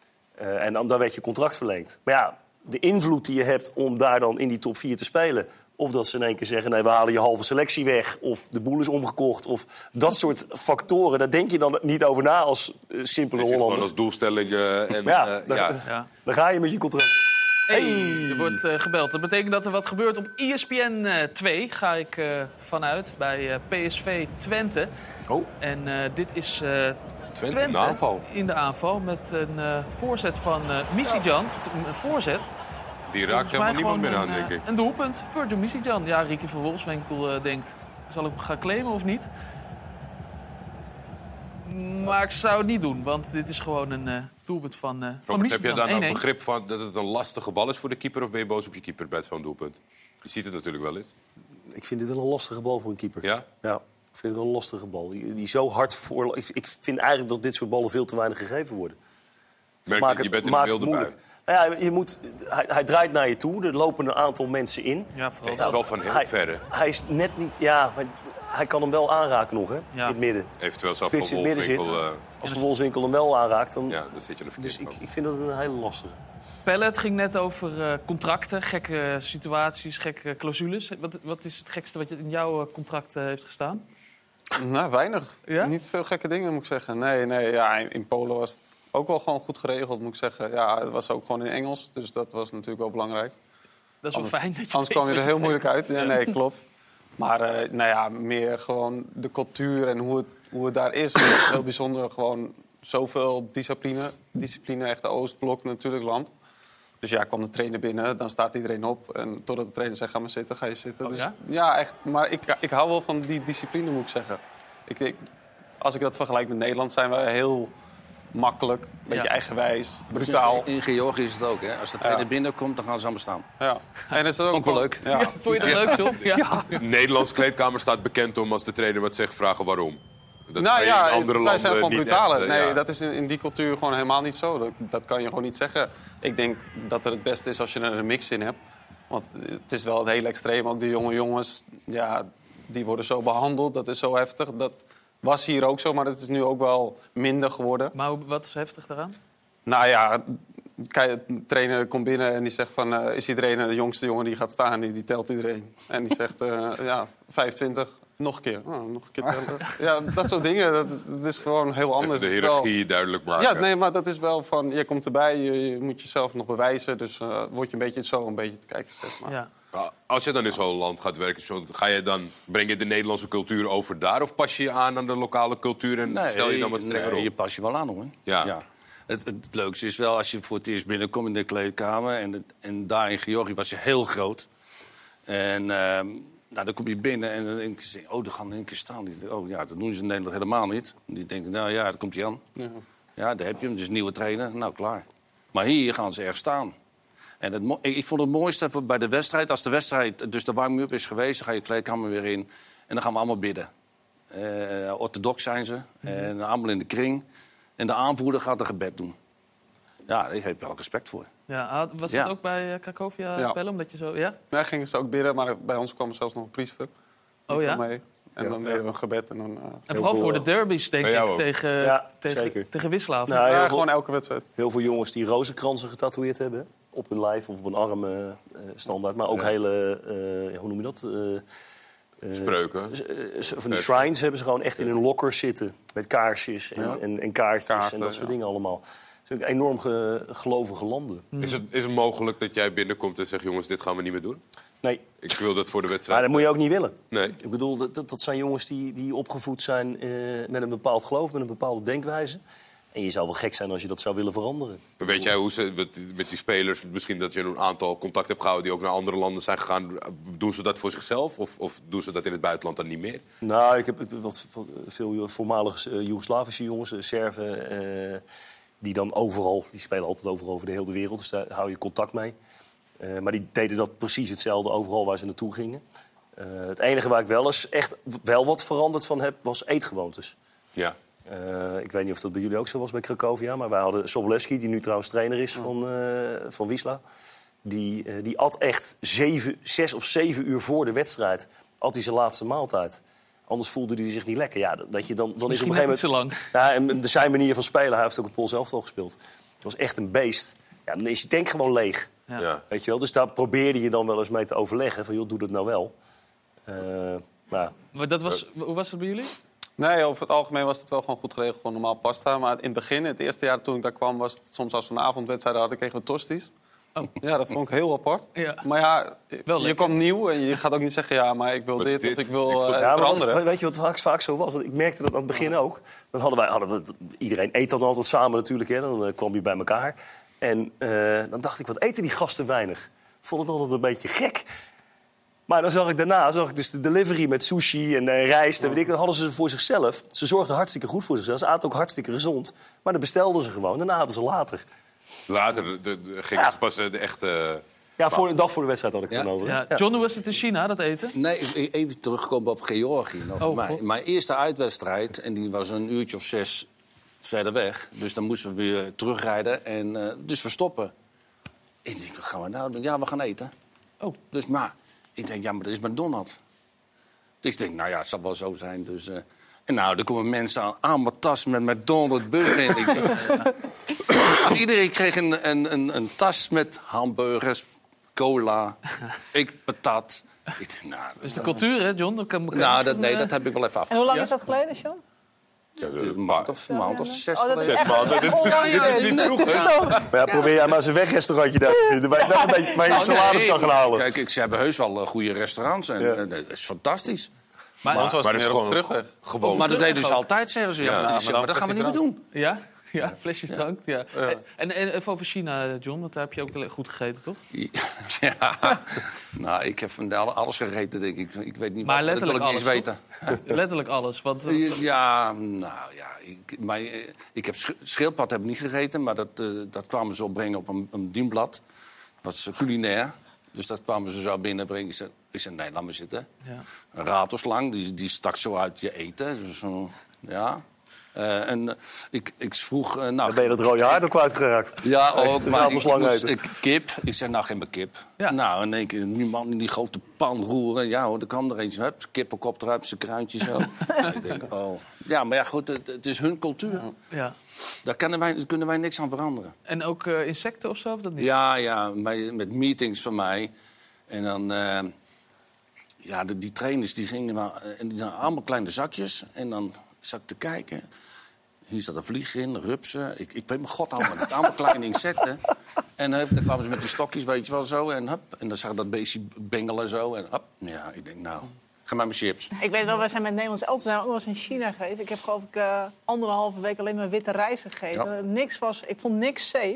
Uh, en dan, dan werd je contract verlengd. Maar ja, de invloed die je hebt om daar dan in die top vier te spelen... of dat ze in één keer zeggen, nee, we halen je halve selectie weg... of de boel is omgekocht, of dat soort factoren... daar denk je dan niet over na als uh, simpele Hollander. Gewoon als doelstelling. Uh, en, ja, uh, dan, ja. ja, dan ga je met je contract. Hey, hey. Er wordt uh, gebeld. Dat betekent dat er wat gebeurt op E S P N twee. Ga ik uh, vanuit bij uh, P S V Twente. Oh. En uh, dit is... Uh, Twente, Twente in de aanval. In de aanval met een uh, voorzet van uh, Misijan. Een voorzet. Die raakt helemaal niemand meer aan, denk ik. Een doelpunt. Virgil Misijan. Ja, Ricky van Wolfswinkel uh, denkt... zal ik hem gaan claimen of niet? Maar ik zou het niet doen, want dit is gewoon een uh, doelpunt van, uh, van Robert, heb je daar nou één-één. begrip van dat het een lastige bal is voor de keeper... of ben je boos op je keeper bij zo'n doelpunt? Je ziet het natuurlijk wel eens. Ik vind dit wel een lastige bal voor een keeper. Ja? Ja. Ik vind het een lastige bal. Die, die zo hard voor... Ik, ik vind eigenlijk dat dit soort ballen veel te weinig gegeven worden. Merk, Maak je, je het, bent in een maak wilde het bui. moeilijk. Nou ja, je moet, hij, hij draait naar je toe. Er lopen een aantal mensen in. Ja, Het is wel van heel hij, verre. Hij is net niet... Ja, maar hij kan hem wel aanraken nog, hè? Ja. In het midden. Eventueel zou Spits in het midden zit. Wolfswinkel... Uh, Als de Wolfswinkel hem wel aanraakt, dan... ja, dan zit je er verkeerd Dus ik, op. ik vind dat een hele lastige. Pelle, het ging net over uh, contracten, gekke situaties, gekke clausules. Wat, wat is het gekste wat je in jouw uh, contract uh, heeft gestaan? Nou, weinig. Ja? Niet veel gekke dingen, moet ik zeggen. Nee, nee, ja, in, in Polen was het ook wel gewoon goed geregeld, moet ik zeggen. Ja, het was ook gewoon in Engels, dus dat was natuurlijk wel belangrijk. Dat is anders, wel fijn. Dat je anders weet kwam je er wat heel je moeilijk uit. zegt. Ja, nee, klopt. Maar uh, nou ja, meer gewoon de cultuur en hoe het, hoe het daar is. Heel bijzonder, gewoon zoveel discipline. Discipline, echt de Oostblok natuurlijk, land. Dus ja, kwam de trainer binnen, dan staat iedereen op. En totdat de trainer zegt, ga maar zitten, ga je zitten. Oh, dus, ja? ja, echt. Maar ik, ik hou wel van die discipline, moet ik zeggen. Ik, ik, als ik dat vergelijk met Nederland, zijn we heel makkelijk, een beetje Ja. eigenwijs, brutaal. In Georgië is het ook, hè? Als de trainer Ja. binnenkomt, dan gaan ze allemaal staan. Ja. En dat is ook, Ook wel leuk. Ja. Ja, vond je dat leuk, John? Ja. Ja. De Nederlandse kleedkamer staat bekend om als de trainer wat zegt, vragen waarom. Dat nou kan je ja, in andere wij landen zijn gewoon niet brutaler. echt, uh, nee, ja. dat is in, in die cultuur gewoon helemaal niet zo. Dat, dat kan je gewoon niet zeggen. Ik denk dat het het beste is als je er een mix in hebt. Want het is wel het hele extreem. Ook de jonge jongens, ja, die worden zo behandeld. Dat is zo heftig. Dat was hier ook zo, maar dat is nu ook wel minder geworden. Maar hoe- wat is heftig daaraan? Nou ja, kijk, de trainer komt binnen en die zegt van... Uh, is iedereen de jongste jongen die gaat staan? Die, die telt iedereen. En die zegt, uh, ja, vijfentwintig, nog een keer. Oh, nog een keer tellen. Ja, dat soort dingen, dat, dat is gewoon heel anders. Even de Het is wel- hiërarchie duidelijk maken. Ja, nee, maar dat is wel van... Je komt erbij, je, je moet jezelf nog bewijzen. Dus uh, word je een beetje zo een beetje te kijken gezet. Maar... Ja. Als je dan in zo'n land gaat werken, zo, ga je dan, breng je de Nederlandse cultuur over daar... of pas je je aan aan de lokale cultuur en stel je dan wat strenger nee, op? je pas je wel aan, hoor. Ja. Ja. Het, het leukste is wel als je voor het eerst binnenkomt in de kleedkamer... en, het, en daar in Georgië was je heel groot. En ehm, nou, dan kom je binnen en dan denk je... oh, dan gaan we in één keer staan. Die denken, oh, ja, dat doen ze in Nederland helemaal niet. Die denken, nou ja, daar komt hij aan. Ja. Ja, daar heb je hem, dus nieuwe trainer. Nou, klaar. Maar hier gaan ze echt staan. En het, mo- ik, ik vond het mooiste voor- bij de wedstrijd... als de wedstrijd, dus de warming-up is geweest... dan ga je kleedkamer weer in en dan gaan we allemaal bidden. Uh, orthodox zijn ze. En allemaal in de kring. En de aanvoerder gaat een gebed doen. Ja, daar heb ik wel respect voor. Ja, had- was Ja. dat ook bij uh, Cracovia, Ja. Pelle? Omdat je zo... Ja? Daar gingen ze ook bidden, maar bij ons kwam zelfs nog een priester. Die Oh ja? kwam mee. En dan deden we een gebed. En, dan, uh, En vooral voor de derbies, denk Bij jou ik, ook? tegen, Ja, tegen, zeker. tegen Wisla. of Nou, niet? heel ja, veel- gewoon elke wedstrijd. Heel veel jongens die rozenkransen getatoeëerd hebben. hè, Op hun lijf of op een arm eh, eh, standaard. Maar ook Ja. hele, eh, hoe noem je dat? Eh, eh, Spreuken. z- eh, z- van die shrines hebben ze gewoon echt in hun lokkers zitten. Met kaarsjes en, Ja. en, en kaartjes Kaarten, en dat soort ja. dingen allemaal. Het zijn ook enorm ge- gelovige landen. Is, het, is het mogelijk dat jij binnenkomt en zegt... jongens, dit gaan we niet meer doen? Nee, Ik wil dat voor de maar wedstrijd. dat moet je ook niet willen. Nee. Ik bedoel, dat, dat dat zijn jongens die, die opgevoed zijn eh, met een bepaald geloof, met een bepaalde denkwijze. En je zou wel gek zijn als je dat zou willen veranderen. Weet jij hoe ze met, met die spelers... misschien dat je een aantal contact hebt gehouden... die ook naar andere landen zijn gegaan... doen ze dat voor zichzelf of, of doen ze dat in het buitenland dan niet meer? Nou, ik heb wat, wat, veel voormalige uh, Joegoslavische jongens, uh, Serven... Uh, die dan overal, die spelen altijd overal over de hele wereld. Dus daar hou je contact mee. Uh, maar die deden dat precies hetzelfde overal waar ze naartoe gingen. Uh, het enige waar ik wel eens echt wel wat veranderd van heb, was eetgewoontes. Ja. Uh, ik weet niet of dat bij jullie ook zo was bij Cracovia. Maar wij hadden Sobolewski, die nu trouwens trainer is van, uh, van Wisla. Die, uh, die at echt zeven, zes of zeven uur voor de wedstrijd. At hij zijn laatste maaltijd. Anders voelde hij zich niet lekker. Ja, dat je dan, dan is op een gegeven moment... Niet zo lang. Ja, en de zijn manier van spelen, hij heeft ook het Pools elftal gespeeld. Het was echt een beest. Ja, dan is je tank gewoon leeg. Ja. Ja. Weet je wel? Dus daar probeerde je dan wel eens mee te overleggen. Van, joh, doe dat nou wel. Uh, maar, Maar dat was, hoe was het bij jullie? Nee, over het algemeen was het wel gewoon goed geregeld. Gewoon normaal pasta. Maar in het begin, het eerste jaar toen ik daar kwam... was het soms als we een avondwedstrijd hadden, kregen we tosties. Oh. Ja, dat vond ik heel apart. Ja. Maar ja, Wel je lekker. komt nieuw en je gaat ook niet zeggen... ja, maar ik wil Wat dit, is dit? of ik wil Ik uh, vond- ja, maar veranderen. wat, weet je wat vaak, vaak zo was? Want ik merkte dat aan het begin ook. Dan hadden wij, hadden we, iedereen eet dan altijd samen natuurlijk. Hè? Dan uh, kwam je bij elkaar. En uh, dan dacht ik, wat eten die gasten weinig? Ik vond het altijd een beetje gek. Maar dan zag ik daarna zag ik dus de delivery met sushi en uh, rijst. En weet ik, dan hadden ze voor zichzelf. Ze zorgden hartstikke goed voor zichzelf. Ze aten ook hartstikke gezond. Maar dan bestelden ze gewoon. Daarna hadden ze later. Later de, de, de, gingen Ja. ze pas eh, de echte... Ja, voor, een dag voor de wedstrijd had ik het Ja. over. Ja. John, hoe was het in China, dat eten? Nee, ik- even terugkomen op Georgië. Nog. Oh, mijn, God. mijn eerste uitwedstrijd, en die was een uurtje of zes verder weg. Dus dan moesten we weer terugrijden en uh, dus verstoppen. Ik denk, wat gaan we nou doen? Ja, we gaan eten. Oh. Dus maar, ik denk, ja, maar dat is McDonald's. Dus ik denk, nou ja, het zal wel zo zijn. Dus, uh, en nou, er komen mensen aan, aan mijn tas met McDonald's burger in. Ik denk, ja. Dus iedereen kreeg een, een, een, een tas met hamburgers, cola, ik patat. Ik denk, nou, Dat is de cultuur, hè, John? Dat kan, nou, dat, nee, dat heb ik wel even En afgezien. hoe lang Ja? is dat geleden, John? Ja, het is een maand of, een maand of zes Oh, dat is geleden. echt, echt Dit- onlangs. dit is niet vroeg, hè? Maar ja, probeer jij maar eens een wegrestaurantje daar te vinden... waar je nog een beetje waar je Nou, salaris nee, kan gaan halen. Kijk, ik, ze hebben heus wel uh, goede restaurants en Ja. uh, dat is fantastisch. Maar, Maar, was maar het dat is meer op gewoon terugweg. Gewoon. Maar dat terug deden ze ook. altijd, zeggen ze. Ja, Ja, maar, maar die zeggen, maar dat gaan we niet meer doen. ja? Ja, flesjes drank. Ja. Ja. En, en even over China, John, want daar heb je ook wel goed gegeten, toch? Ja, nou, ik heb van alles gegeten, denk ik. Ik weet niet Maar wat, dat wil letterlijk ik niet eens alles, weten. Letterlijk alles. Want, eh, Ja, nou ja, ik, maar, eh, ik heb sch- schildpad heb ik niet gegeten, maar dat, uh, dat kwamen ze opbrengen op een, een dienblad. Dat was uh, culinair, dus dat kwamen ze zo binnenbrengen. Ik zei, ik zei nee, laat maar zitten. ja. Een ratelslang, die, die stak zo uit je eten. Dus, uh, ja. Uh, en uh, ik, ik vroeg... Uh, nou, Dan ben je dat rode haar ook kwijtgeraakt. ja, ook. De Maar ik, ratelslang moest, eten. ik, kip. Ik zei, nou, geen meer kip. Ja. Nou, in één keer, die man in die grote pan roeren. Ja hoor, er kwam er eentje. Hup, kippenkop eruit, zijn kruintje zo. Ik denk, oh. Ja, maar ja, goed, het, het is hun cultuur. Ja. Daar kunnen wij, daar kunnen wij niks aan veranderen. En ook uh, insecten of zo, of dat niet? Ja, ja, bij, met meetings van mij. En dan... Uh, ja, de, die trainers die gingen maar, en die hadden allemaal kleine zakjes. En dan zat ik te kijken. Hier zat een vlieg in, rupsen. Ik, ik weet mijn god allemaal niet. Allemaal kleine insecten. En hup, dan kwamen ze met die stokjes, weet je wel, zo. En, hup, en dan zag ik dat beestje bengelen zo. En hup, ja, ik denk, nou, ga maar mijn chips. Ik weet wel, wij zijn met Nederlands elftal zijn ook wel eens in China geweest. Ik heb geloof ik uh, anderhalve week alleen maar witte rijst gegeten. Ja. Niks was, ik vond niks safe.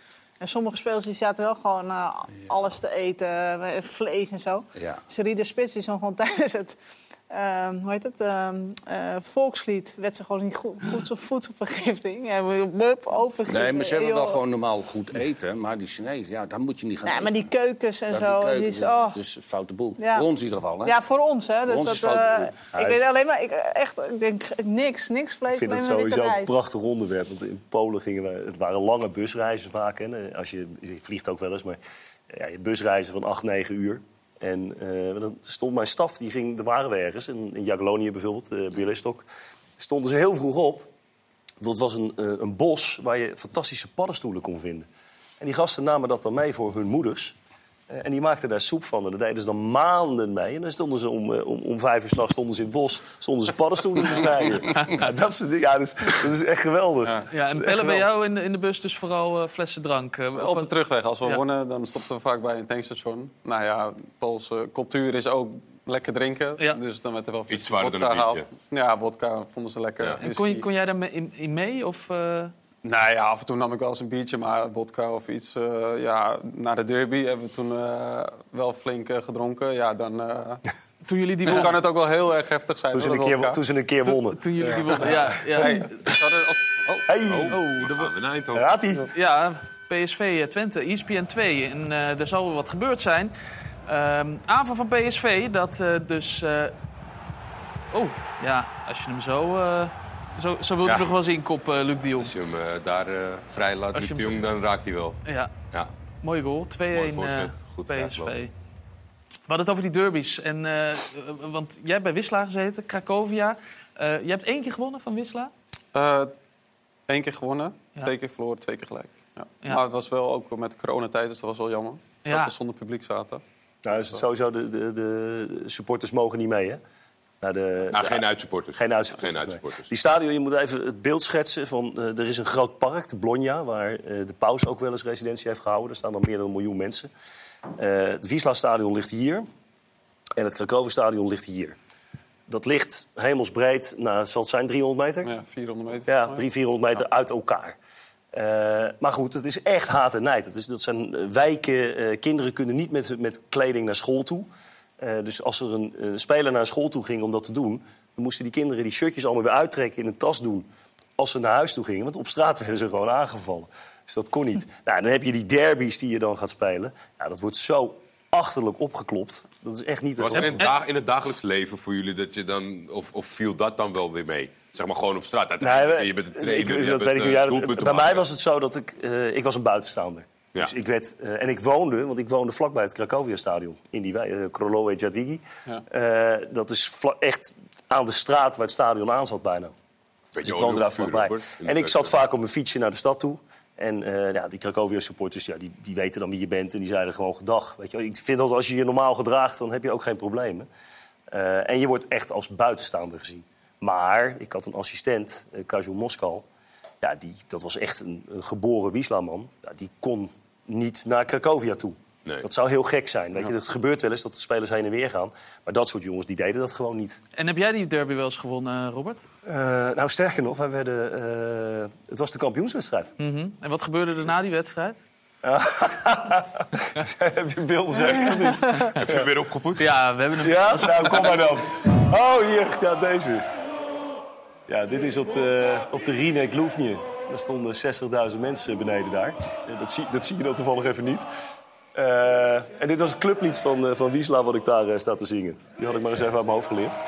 En sommige spelers die zaten wel gewoon uh, ja. alles te eten, uh, vlees en zo. Ja. Seride Spits die zo gewoon tijdens het uh, hoe heet het, uh, uh, volkslied werd ze gewoon niet goed, voedsel, voedselvergifting. Ja, bup, overgifting. Nee, maar ze hebben wel joh. gewoon normaal goed eten. Maar die Chinezen, ja, daar moet je niet gaan Nee, eten. maar die keukens en Dat zo. die keuken, die is, dus- oh. Het is een foute boel. Ja. Voor ons in ieder geval, hè? Ja, voor ons, hè. Voor Dus ons is dat, foute uh, boel. ik Ja, weet is- alleen maar, ik, echt, ik denk niks, niks vlees, Ik vind het alleen maar witte sowieso een rijst. prachtig onderwerp. Want in Polen gingen we... Het waren lange busreizen vaak. Hè. Als je, je vliegt ook wel eens, maar ja, je busreizen van acht, negen uur. En uh, dan stond mijn staf, die ging, er waren we ergens. In, in Jagiellonië bijvoorbeeld, uh, Bialystok. Stonden ze heel vroeg op. Dat was een, uh, een bos waar je fantastische paddenstoelen kon vinden. En die gasten namen dat dan mee voor hun moeders. Uh, en die maakten daar soep van. En daar deden ze dan maanden mee. En dan stonden ze om, uh, om, om vijf uur s'nachts stonden ze in het bos. Stonden ze paddenstoelen te snijden. Ja, dat, soort dingen, ja, dat, dat is echt geweldig. Ja. Ja, en Pelle, bij jou in de, in de bus dus vooral uh, flessen drank? Uh, Op de terugweg, als we Ja. wonnen, dan stopten we vaak bij een tankstation. Nou ja, Poolse cultuur is ook lekker drinken. Ja. Dus dan werd er wel Iets zwaarder dan een vodka gehaald. biertje. Ja, vodka vonden ze lekker. Ja. En kon, je, kon jij daar mee, in, in mee? Of, uh... Nou ja, af en toe nam ik wel eens een biertje, maar vodka of iets. Uh, ja, na de derby hebben we toen uh, wel flink uh, gedronken. Ja, dan uh, Toen jullie die dan wonnen? kan het ook wel heel erg heftig zijn. Toen ze, hoor, een dat keer, vodka. toen ze een keer wonnen. Toen, toen jullie die wonnen, ja. ja. Hey, hadden als- oh. Hey. Oh, Dan de, gaan we naar Eindhoven. Daar gaat hij. ja, P S V uh, Twente, E S P N twee. En uh, er zal wel wat gebeurd zijn. Um, aanval van P S V, dat uh, dus... Uh... Oh, ja, als je hem zo... Uh... Zo, zo wil je Ja. nog wel eens inkoppen, Luc de Jong. Als je hem uh, daar uh, vrij laat, Als Luc je de hem Jong, dan raakt hij wel. Ja, Ja. mooie goal. Mooi twee-een voorzet. uh, Goed P S V. vrijgelopen. We hadden het over die derbies. En, uh, want jij hebt bij Wisla gezeten, Cracovia. Uh, je hebt één keer gewonnen van Wisla. Uh, Eén keer gewonnen, Ja. twee keer verloren, twee keer gelijk. Ja. Ja. Maar het was wel ook met coronatijd, dus dat was wel jammer. Ja. Dat we zonder publiek zaten. Nou, is het sowieso, de, de, de supporters mogen niet mee, hè? Naar de, Nou, de- geen uitsupporters. Geen uitsupporters. Geen nee. uitsupporters. Die stadion, je moet even het beeld schetsen. Van, uh, er is een groot park, de Blonja, waar uh, de paus ook wel eens residentie heeft gehouden. Er staan dan meer dan een miljoen mensen. Uh, het Wisla-stadion ligt hier. En het Cracovia-stadion ligt hier. Dat ligt hemelsbreed, nou, zal het zijn driehonderd meter? Ja, vierhonderd meter. Ja, volgens mij. driehonderd, vierhonderd meter uit elkaar. Uh, maar goed, het is echt haat en nijd. Het is, dat zijn uh, wijken, uh, kinderen kunnen niet met, met kleding naar school toe. Uh, dus als er een uh, speler naar school toe ging om dat te doen... dan moesten die kinderen die shirtjes allemaal weer uittrekken in een tas doen... als ze naar huis toe gingen. Want op straat werden ze gewoon aangevallen. Dus dat kon niet. Nou, dan heb je die derbies die je dan gaat spelen. Ja, dat wordt zo achterlijk opgeklopt. Dat is echt niet... Was er in, da- in het dagelijks leven voor jullie dat je dan... Of, of viel dat dan wel weer mee? Zeg maar gewoon op straat. Nee, we, je bent een trainer, ik, je dat bent, weet ik, uh, ja, dat, bij mij was het zo dat ik... Uh, ik was een buitenstaander. Ja. Dus ik werd, uh, en ik woonde, want ik woonde vlakbij het Cracovia-stadion. In die wijk, uh, Krolowe Jadwigi. Ja. Uh, dat is vla- echt aan de straat waar het stadion aan zat bijna. Dus ik woonde daar vlakbij. En ik zat vaak op mijn fietsje naar de stad toe. En uh, ja, die Cracovia-supporters, ja, die, die weten dan wie je bent. En die zeiden gewoon gedag. Weet je, ik vind dat als je je normaal gedraagt, dan heb je ook geen problemen. Uh, en je wordt echt als buitenstaander gezien. Maar ik had een assistent, uh, Kazul Moskal. Ja, die, dat was echt een, een geboren Wisla-man. Ja, die kon niet naar Cracovia toe. Nee. Dat zou heel gek zijn. Weet je, het gebeurt wel eens dat de spelers heen en weer gaan. Maar dat soort jongens die deden dat gewoon niet. En heb jij die derby wel eens gewonnen, Robert? Uh, nou, sterker nog, wij werden, uh, het was de kampioenswedstrijd. Mm-hmm. En wat gebeurde er na die wedstrijd? Heb je beelden zeker of niet? Heb je weer opgepoetst? Ja, we hebben hem... Ja? Nou, kom maar dan. Oh, hier, ja, deze. Ja, dit is op de, op de Rinek Louvnier. Er stonden zestigduizend mensen beneden daar. Dat zie, dat zie je dan toevallig even niet. Uh, en dit was het clublied van, uh, van Wisla wat ik daar uh, sta te zingen. Die had ik maar eens even uit mijn hoofd geleerd.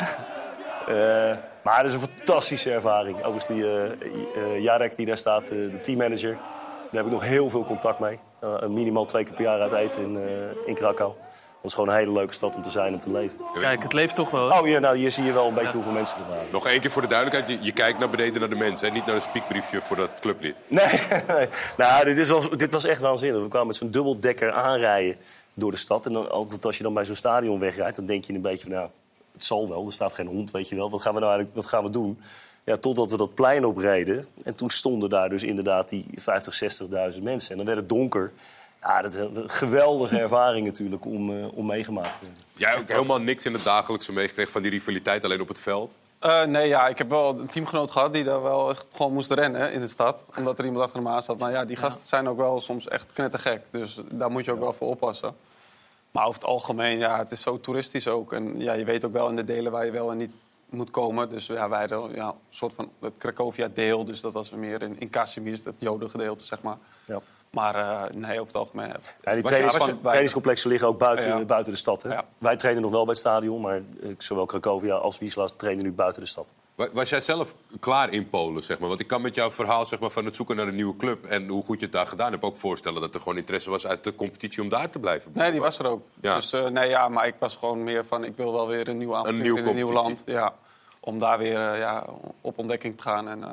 Uh, maar het is een fantastische ervaring. Overigens die uh, uh, Jarek die daar staat, uh, de teammanager. Daar heb ik nog heel veel contact mee. Uh, minimaal twee keer per jaar uit eten in, uh, in Krakau. Dat is gewoon een hele leuke stad om te zijn en te leven. Kijk, het leeft toch wel. Oh ja, nou, hier zie je wel een beetje ja. hoeveel mensen er waren. Nog één keer voor de duidelijkheid. Je, je kijkt naar beneden naar de mensen, hè? Niet naar een spiekbriefje voor dat clublied. Nee, nee. Nou, dit, is was, dit was echt waanzinnig. We kwamen met zo'n dubbeldekker aanrijden door de stad. En dan, altijd als je dan bij zo'n stadion wegrijdt, dan denk je een beetje van... Nou, het zal wel, er staat geen hond, weet je wel. Wat gaan we nou eigenlijk wat gaan we doen? Ja, totdat we dat plein opreden. En toen stonden daar dus inderdaad die vijftig, zestigduizend mensen. En dan werd het donker. Ja, dat is een geweldige ervaring natuurlijk om, uh, om meegemaakt te hebben. Jij hebt ook helemaal niks in het dagelijkse meegekregen van die rivaliteit alleen op het veld? Uh, nee, ja, ik heb wel een teamgenoot gehad die daar wel echt gewoon moest rennen in de stad. Omdat er iemand achter hem aan zat. Maar ja, die gasten ja. zijn ook wel soms echt knettergek. Dus daar moet je ook ja. wel voor oppassen. Maar over het algemeen, ja, het is zo toeristisch ook. En ja, je weet ook wel in de delen waar je wel en niet moet komen. Dus ja, wij hadden ja, een soort van het Cracovia-deel. Dus dat was meer in, in Kazimierz, het Jodengedeelte, zeg maar. Ja. Maar uh, nee, over het algemeen... Ja, die trainings, je, trainingscomplexen liggen ook buiten, ja. buiten de stad. Hè? Ja. Wij trainen nog wel bij het stadion, maar zowel Cracovia als Wisla trainen nu buiten de stad. Was jij zelf klaar in Polen, zeg maar? Want ik kan met jouw verhaal zeg maar, van het zoeken naar een nieuwe club... en hoe goed je het daar gedaan hebt, ook voorstellen... dat er gewoon interesse was uit de competitie om daar te blijven. Nee, die was er ook. Ja. Dus, uh, nee, ja, maar ik was gewoon meer van... ik wil wel weer een nieuw avontuur in een nieuw land. Ja, om daar weer uh, ja, op ontdekking te gaan en... Uh,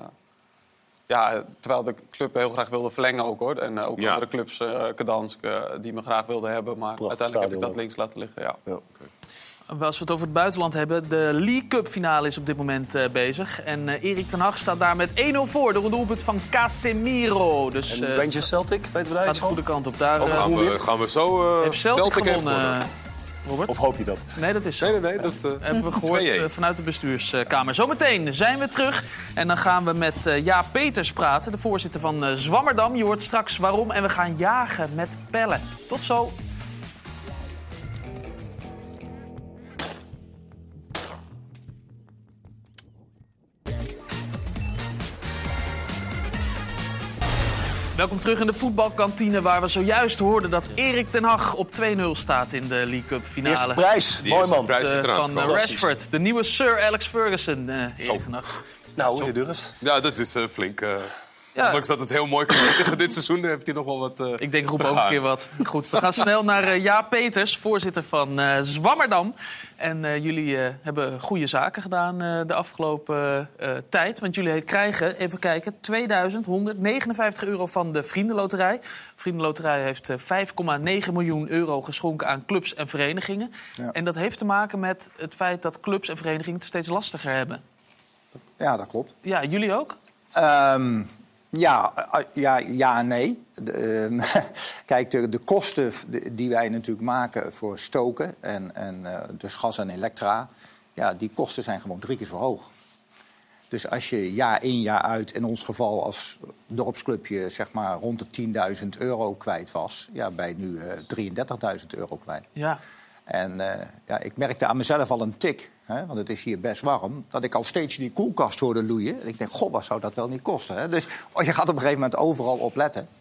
Ja, terwijl de club heel graag wilde verlengen ook, hoor. En uh, ook ja. andere clubs, uh, Gdansk, uh, die me graag wilden hebben. Maar Prachtig uiteindelijk heb ik dat links laten liggen, ja. ja. Okay. Als we het over het buitenland hebben, de League Cup finale is op dit moment uh, bezig. En uh, Erik ten Hag staat daar met één nul voor, door een doelpunt van Casemiro. Dus, en uh, Rangers Celtic, weten we daar iets van? Gaat de goede kant op. Daar of gaan, uh, we, gaan we zo uh, heeft Celtic, Celtic gewonnen. Robert? Of hoop je dat? Nee, dat is zo. Nee, nee, nee. Dat uh, hebben we gehoord uh, vanuit de bestuurskamer. Zometeen zijn we terug. En dan gaan we met uh, Jaap Peters praten, de voorzitter van uh, Zwammerdam. Je hoort straks waarom. En we gaan jagen met pellen. Tot zo. Welkom terug in de voetbalkantine, waar we zojuist hoorden dat Erik ten Hag op twee nul staat in de League Cup finale. Eerste prijs, Die mooi man. Prijs de, van uh, Rashford, de nieuwe Sir Alex Ferguson, uh, Erik ten Hag. Nou, je durft. Ja, dat is uh, flink... Uh... Ja. Ondanks dat het heel mooi kan dit seizoen, heeft hij nog wel wat uh, Ik denk, roep ook een keer wat. Goed, we gaan snel naar uh, Jaap Peters, voorzitter van uh, Zwammerdam. En uh, jullie uh, hebben goede zaken gedaan uh, de afgelopen uh, tijd. Want jullie krijgen, even kijken, tweeduizend honderdnegenenvijftig euro van de Vriendenloterij. De Vriendenloterij heeft uh, vijf komma negen miljoen euro geschonken aan clubs en verenigingen. Ja. En dat heeft te maken met het feit dat clubs en verenigingen het steeds lastiger hebben. Ja, dat klopt. Ja, jullie ook? Um... Ja, ja, ja en nee. De, uh, kijk, de, de kosten die wij natuurlijk maken voor stoken, en, en uh, dus gas en elektra, ja, die kosten zijn gewoon drie keer zo hoog. Dus als je jaar in jaar uit, in ons geval als dorpsclubje, zeg maar rond de tienduizend euro kwijt was, ja, ben je nu uh, drieëndertigduizend euro kwijt. Ja. En uh, ja, ik merkte aan mezelf al een tik, hè, want het is hier best warm, dat ik al steeds die koelkast hoorde loeien. En ik denk, goh, wat zou dat wel niet kosten? Hè? Dus oh, je gaat op een gegeven moment overal op letten.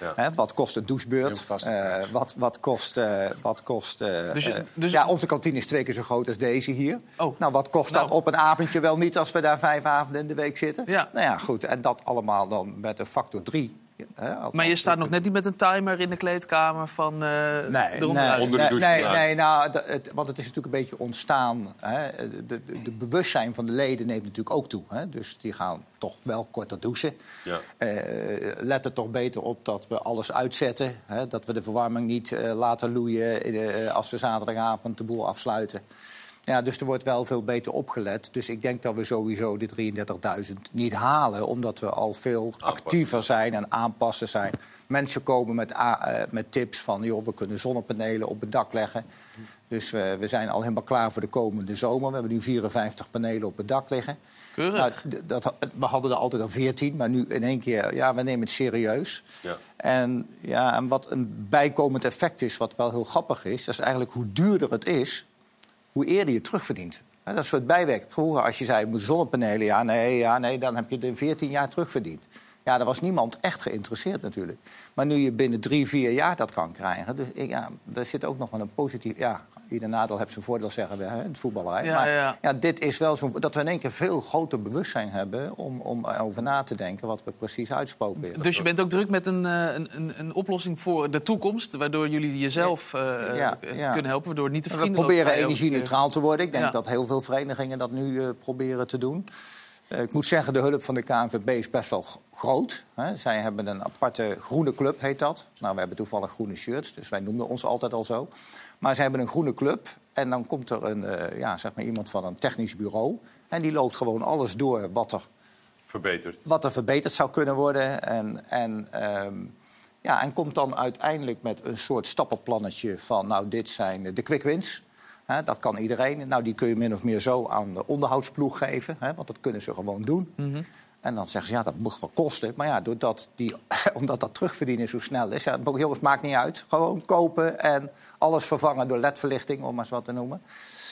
Ja. Hè, wat kost de douchebeurt? Uh, wat, wat kost... Uh, wat kost uh, dus, dus... ja, onze kantine is twee keer zo groot als deze hier. Oh. Nou, wat kost nou. dat op een avondje wel niet als we daar vijf avonden in de week zitten? Ja. Nou ja, goed. En dat allemaal dan met een factor drie. Hè, maar je staat nog net niet met een timer in de kleedkamer van uh, nee, de nee, onder de douche. Nee, nee, nou, de, het, want het is natuurlijk een beetje ontstaan. Hè, de, de, de bewustzijn van de leden neemt natuurlijk ook toe. Hè, dus die gaan toch wel korter douchen. Ja. Uh, let er toch beter op dat we alles uitzetten. Hè, dat we de verwarming niet uh, laten loeien uh, als we zaterdagavond de boel afsluiten. Ja, dus er wordt wel veel beter opgelet. Dus ik denk dat we sowieso de drieëndertigduizend niet halen, omdat we al veel Aanpassen. actiever zijn en aanpassen zijn. Mensen komen met, uh, met tips van, joh, we kunnen zonnepanelen op het dak leggen. Dus we, we zijn al helemaal klaar voor de komende zomer. We hebben nu vierenvijftig panelen op het dak liggen. Keurig. Nou, dat, we hadden er altijd al veertien, maar nu in één keer, ja, we nemen het serieus. Ja. En, ja, en wat een bijkomend effect is, wat wel heel grappig is, dat is eigenlijk hoe duurder het is, hoe eerder je terugverdient. Dat is een soort bijwerking. Vroeger, als je zei, je moet zonnepanelen, ja, nee, ja, nee, dan heb je er veertien jaar terugverdiend. Ja, daar was niemand echt geïnteresseerd natuurlijk. Maar nu je binnen drie, vier jaar dat kan krijgen, dus ja, daar zit ook nog wel een positief... Ja, ieder nadeel heeft zijn voordeel, zeggen we, hè, in het voetballerij. Ja, maar ja. Ja, dit is wel zo dat we in één keer veel groter bewustzijn hebben om, om over na te denken wat we precies uitspoken. Dus je bent ook druk met een, een, een, een oplossing voor de toekomst, waardoor jullie jezelf uh, ja, ja. kunnen helpen, waardoor niet te vrienden. We proberen energie-neutraal te worden. Ik denk ja. dat heel veel verenigingen dat nu uh, proberen te doen. Uh, ik moet zeggen, de hulp van de K N V B is best wel groot. Hè. Zij hebben een aparte groene club, heet dat. Nou, we hebben toevallig groene shirts, dus wij noemden ons altijd al zo. Maar ze hebben een groene club en dan komt er een, uh, ja, zeg maar iemand van een technisch bureau. En die loopt gewoon alles door wat er verbeterd, wat er verbeterd zou kunnen worden. En, en, um, ja, en komt dan uiteindelijk met een soort stappenplannetje van, nou, dit zijn de quick wins. He, dat kan iedereen. Nou, die kun je min of meer zo aan de onderhoudsploeg geven. He, want dat kunnen ze gewoon doen. Mm-hmm. En dan zeggen ze, ja, dat moet wel kosten. Maar ja, doordat die, omdat dat terugverdienen zo snel is... Ja, het maakt niet uit. Gewoon kopen en alles vervangen door L E D-verlichting, om maar eens wat te noemen.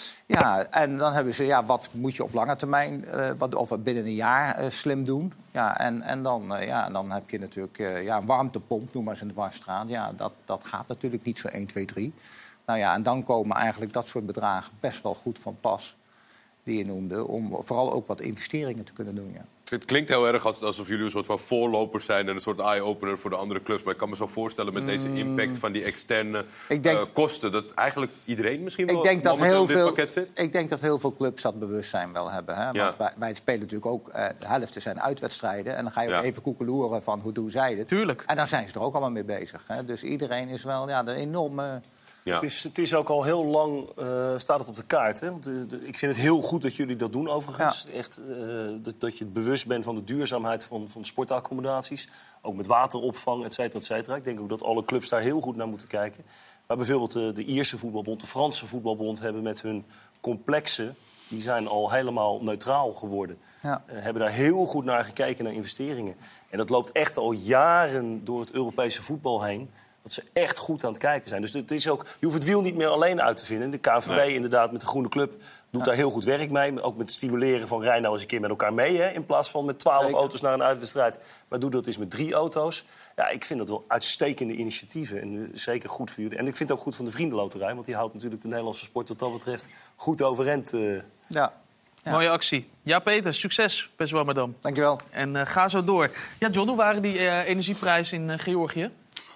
Ja, en dan hebben ze, ja, wat moet je op lange termijn... Uh, wat, of binnen een jaar uh, slim doen. Ja, en, en dan, uh, ja, dan heb je natuurlijk uh, ja, een warmtepomp, noem maar eens in de Warstraat. Ja, dat, dat gaat natuurlijk niet zo één, twee, drie... Nou ja, en dan komen eigenlijk dat soort bedragen best wel goed van pas, die je noemde, om vooral ook wat investeringen te kunnen doen. Ja. Het klinkt heel erg alsof jullie een soort van voorlopers zijn en een soort eye-opener voor de andere clubs. Maar ik kan me zo voorstellen met deze impact van die externe ik denk, uh, kosten, dat eigenlijk iedereen misschien wel ik denk dat heel in dit veel, pakket zit. Ik denk dat heel veel clubs dat bewustzijn wel hebben. Hè? Want ja. wij, wij spelen natuurlijk ook, uh, de helft zijn uitwedstrijden. En dan ga je ook ja. even koekeloeren van hoe doen zij dit. Tuurlijk. En dan zijn ze er ook allemaal mee bezig. Hè? Dus iedereen is wel ja, een enorme... Ja. Het, is, het is ook al heel lang, uh, staat het op de kaart. Hè? Want, uh, de, ik vind het heel goed dat jullie dat doen overigens. Ja. Echt, uh, dat, dat je bewust bent van de duurzaamheid van, van sportaccommodaties. Ook met wateropvang, et cetera, et cetera. Ik denk ook dat alle clubs daar heel goed naar moeten kijken. Maar bijvoorbeeld de, de Ierse voetbalbond, de Franse voetbalbond... hebben met hun complexen, die zijn al helemaal neutraal geworden. Ja. Uh, hebben daar heel goed naar gekeken, naar investeringen. En dat loopt echt al jaren door het Europese voetbal heen... dat ze echt goed aan het kijken zijn. Dus het is ook, je hoeft het wiel niet meer alleen uit te vinden. De K N V B nee. inderdaad met de Groene Club doet ja. daar heel goed werk mee. Ook met het stimuleren van rij nou eens een keer met elkaar mee. Hè, in plaats van met twaalf Zeker. auto's naar een uitwedstrijd. Maar doe dat eens met drie auto's. Ja, ik vind dat wel uitstekende initiatieven. En uh, zeker goed voor jullie. En ik vind het ook goed van de Vriendenloterij. Want die houdt natuurlijk de Nederlandse sport wat dat betreft goed overeind. Uh. Ja. Ja. Mooie actie. Ja, Peter, succes bij Zwammerdam. Dankjewel. En uh, ga zo door. Ja, John, hoe waren die uh, energieprijzen in uh, Georgië?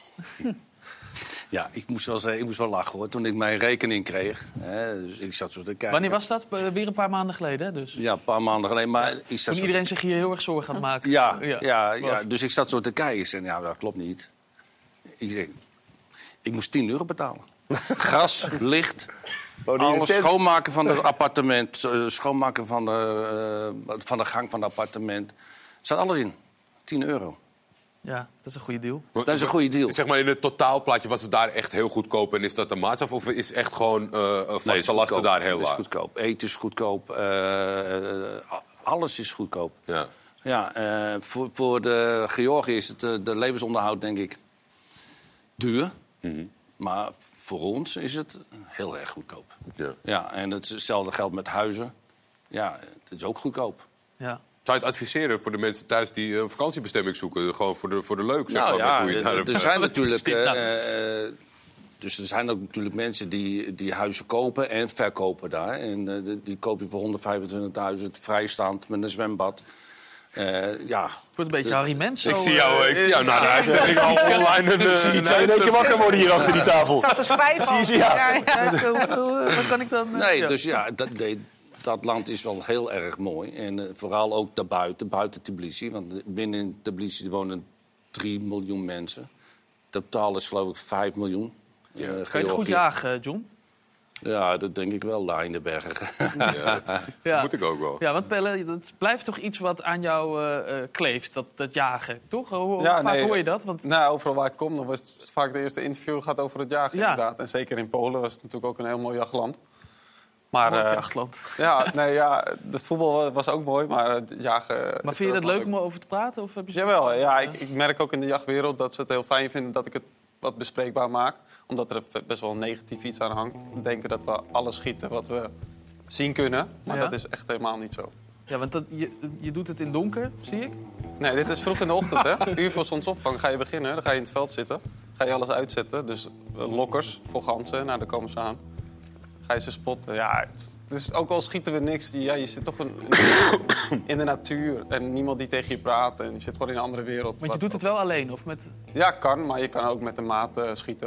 Ja, ik moest, wel zeggen, ik moest wel lachen hoor, toen ik mijn rekening kreeg. Hè, dus ik zat zo te kijken. Wanneer was dat? Weer een paar maanden geleden, dus? Ja, een paar maanden geleden. Maar ja. ik zat toen iedereen zich hier heel erg zorgen aan het maken. Ja, ja, ja, ja, dus ik zat zo te kijken. En ja, dat klopt niet. Ik zeg, ik moest tien euro betalen. Gas, licht, alles schoonmaken van het appartement, schoonmaken van de, uh, van de gang van het appartement. Er staat alles in. tien euro. Ja, dat is een goede deal. Dat is een goede deal. Zeg maar in het totaalplaatje was het daar echt heel goedkoop en is dat de maatstaf? Of is echt gewoon uh, vaste nee, lasten goedkoop. Daar heel laag? Het is goedkoop. Eten is goedkoop. Uh, uh, alles is goedkoop. Ja. Ja, uh, voor, voor de Georgië is het uh, de levensonderhoud denk ik duur. Mm-hmm. Maar voor ons is het heel erg goedkoop. Ja. Ja, en hetzelfde geldt met huizen. Ja, het is ook goedkoop. Ja. Zou je het adviseren voor de mensen thuis die een vakantiebestemming zoeken? Gewoon voor de, voor de leuk, zeg Nou maar. ja, hoe je er, er zijn natuurlijk... Uh, uh, dus er zijn ook natuurlijk mensen die, die huizen kopen en verkopen daar. En uh, die, die koop je voor honderdvijfentwintigduizend, vrijstaand met een zwembad. Uh, ja. Het wordt een beetje de, Harry Mens. Ik zie jou, ik zie jou naar de huis. Ik al online een, ik zie die twee in één keer wakker worden hier achter die tafel. Zat te schrijven. Zie je, ja. Ja, ja. Wat kan ik dan... Nee, ja. dus ja, dat, dat land is wel heel erg mooi. En uh, vooral ook daarbuiten, buiten Tbilisi. Want binnen Tbilisi wonen drie miljoen mensen. Totaal is geloof ik vijf miljoen. Ja. Uh, kan je het goed jagen, John? Ja, dat denk ik wel, daar in de bergen. Ja, dat ja. moet ik ook wel. Ja, want Pelle, dat blijft toch iets wat aan jou uh, uh, kleeft, dat, dat jagen, toch? Hoe, ja, hoe vaak nee, hoor je dat? Want... Nou, overal waar ik kom, dan was het vaak de eerste interview gaat over het jagen, ja. inderdaad. En zeker in Polen was het natuurlijk ook een heel mooi jachtland. Maar, mooi uh, jachtland. Ja, nee, ja, het voetbal was ook mooi, maar het jagen... Maar vind je het leuk om erover te praten? Of heb je Jawel, ja, ik, ik merk ook in de jachtwereld dat ze het heel fijn vinden dat ik het wat bespreekbaar maak. Omdat er best wel negatief iets aan hangt. We denken dat we alles schieten wat we zien kunnen. Maar ja? dat is echt helemaal niet zo. Ja, want dat, je, je doet het in donker, zie ik? Nee, dit is vroeg in de ochtend, hè. Een uur voor zonsopgang ga je beginnen. Dan ga je in het veld zitten. Ga je alles uitzetten. Dus lokkers voor ganzen. Nou, daar komen ze aan. Ga je ze spotten. Ja, het, het is, ook al schieten we niks. Ja, je zit toch een, een, in de natuur. En niemand die tegen je praat. En je zit gewoon in een andere wereld. Want je doet het wel alleen? Of met... Ja, kan. Maar je kan ook met een maat uh, schieten.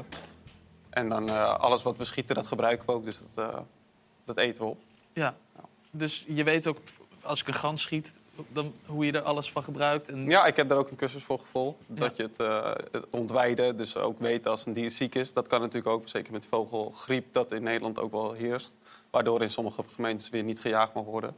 En dan uh, alles wat we schieten, dat gebruiken we ook. Dus dat, uh, dat eten we op. Ja. ja. Dus je weet ook, als ik een gans schiet, dan, hoe je er alles van gebruikt. En... Ja, ik heb daar ook een cursus voor gevolgd. Dat ja. je het, uh, het ontwijden, dus ook weet als een dier ziek is. Dat kan natuurlijk ook, zeker met vogelgriep, dat in Nederland ook wel heerst. Waardoor in sommige gemeentes weer niet gejaagd mag worden.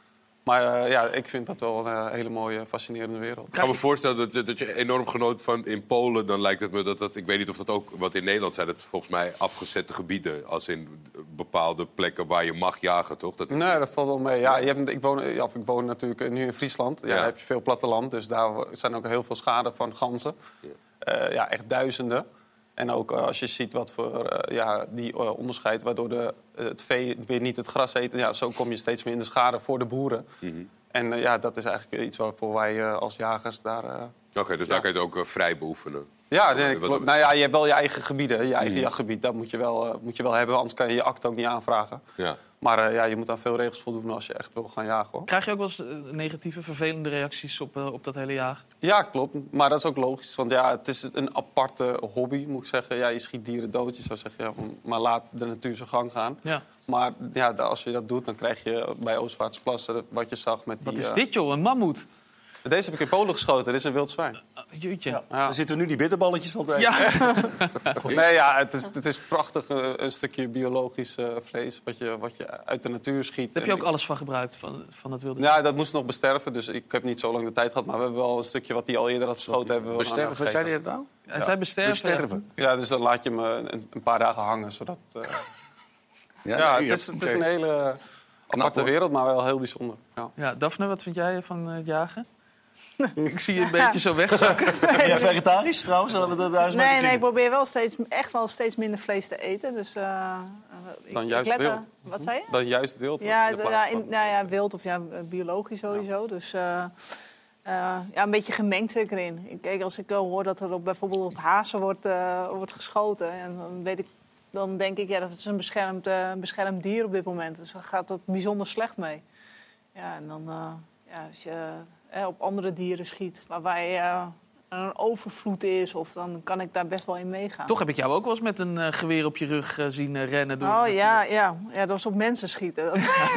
Maar uh, ja, ik vind dat wel een uh, hele mooie, fascinerende wereld. Ik kan me voorstellen dat, dat je enorm genoot van in Polen. Dan lijkt het me dat dat... Ik weet niet of dat ook... Wat in Nederland zijn, dat volgens mij afgezette gebieden. Als in bepaalde plekken waar je mag jagen, toch? Dat is... Nee, dat valt wel mee. Ja, je hebt, ik, woon, ja, ik woon natuurlijk nu in Friesland. Ja, ja. Daar heb je veel platteland. Dus daar zijn ook heel veel schade van ganzen. Ja, uh, ja echt duizenden. En ook uh, als je ziet wat voor uh, ja, die uh, onderscheid... waardoor de, uh, het vee weer niet het gras eet. Ja, zo kom je steeds meer in de schade voor de boeren. Mm-hmm. En uh, ja, dat is eigenlijk iets waarvoor wij uh, als jagers daar... Uh, Oké, okay, dus ja. daar kan je het ook uh, vrij beoefenen? Ja, nee, klopt. Nou ja, je hebt wel je eigen gebieden, je eigen mm-hmm. jachtgebied. Dat moet je, wel, uh, moet je wel hebben, anders kan je je act ook niet aanvragen. Ja. Maar uh, ja, je moet aan veel regels voldoen als je echt wil gaan jagen, hoor. Krijg je ook wel eens uh, negatieve, vervelende reacties op, uh, op dat hele jagen? Ja, klopt. Maar dat is ook logisch. Want ja, het is een aparte hobby, moet ik zeggen. Ja, je schiet dieren dood. Je zou zeggen, ja, maar laat de natuur zijn gang gaan. Ja. Maar ja, als je dat doet, dan krijg je bij Oostvaardersplassen wat je zag met die... Wat is dit, joh? Een mammoet? Deze heb ik in Polen geschoten. Dit is een wild zwijn. Uh, jeetje. Ja. Ja. Er zitten nu die bitterballetjes van te ja. Nee, ja, het is, het is prachtig. Uh, een stukje biologisch uh, vlees wat je, wat je uit de natuur schiet. Daar heb je ook ik... alles van gebruikt, van, van dat wilde? Ja, dat moest nog besterven. Dus ik heb niet zo lang de tijd gehad. Maar we hebben wel een stukje wat hij al eerder had geschoten. Hebben we besterven, zei hij het nou? Hij zei besterven. besterven. Ja, dus dan laat je hem een, een paar dagen hangen. Zodat, uh... ja, ja nee, het, is, het is een hele aparte wereld, maar wel heel bijzonder. Ja. Ja, Daphne, wat vind jij van het jagen? Ik zie je een beetje zo wegzakken. Ben jij vegetarisch trouwens? We dat nee, nee, nee, ik probeer wel steeds, echt wel steeds minder vlees te eten. Dus, uh, Dan ik, juist ik let, wild. Wat zei je? Dan juist wild. Ja, in ja, in, nou ja, wild of ja, biologisch sowieso. Ja. Dus uh, uh, ja, een beetje gemengd zit ik erin. Kijk, als ik hoor dat er op, bijvoorbeeld op hazen wordt, uh, wordt geschoten... En dan, weet ik, dan denk ik, ja, dat is een beschermd, uh, beschermd dier op dit moment. Dus dan gaat dat bijzonder slecht mee. Ja, en dan... Uh, ja, als je... Eh, op andere dieren schiet, waarbij uh, een overvloed is, of dan kan ik daar best wel in meegaan. Toch heb ik jou ook wel eens met een uh, geweer op je rug uh, zien uh, rennen. Door oh ja, ja, ja, dat was op mensen schieten.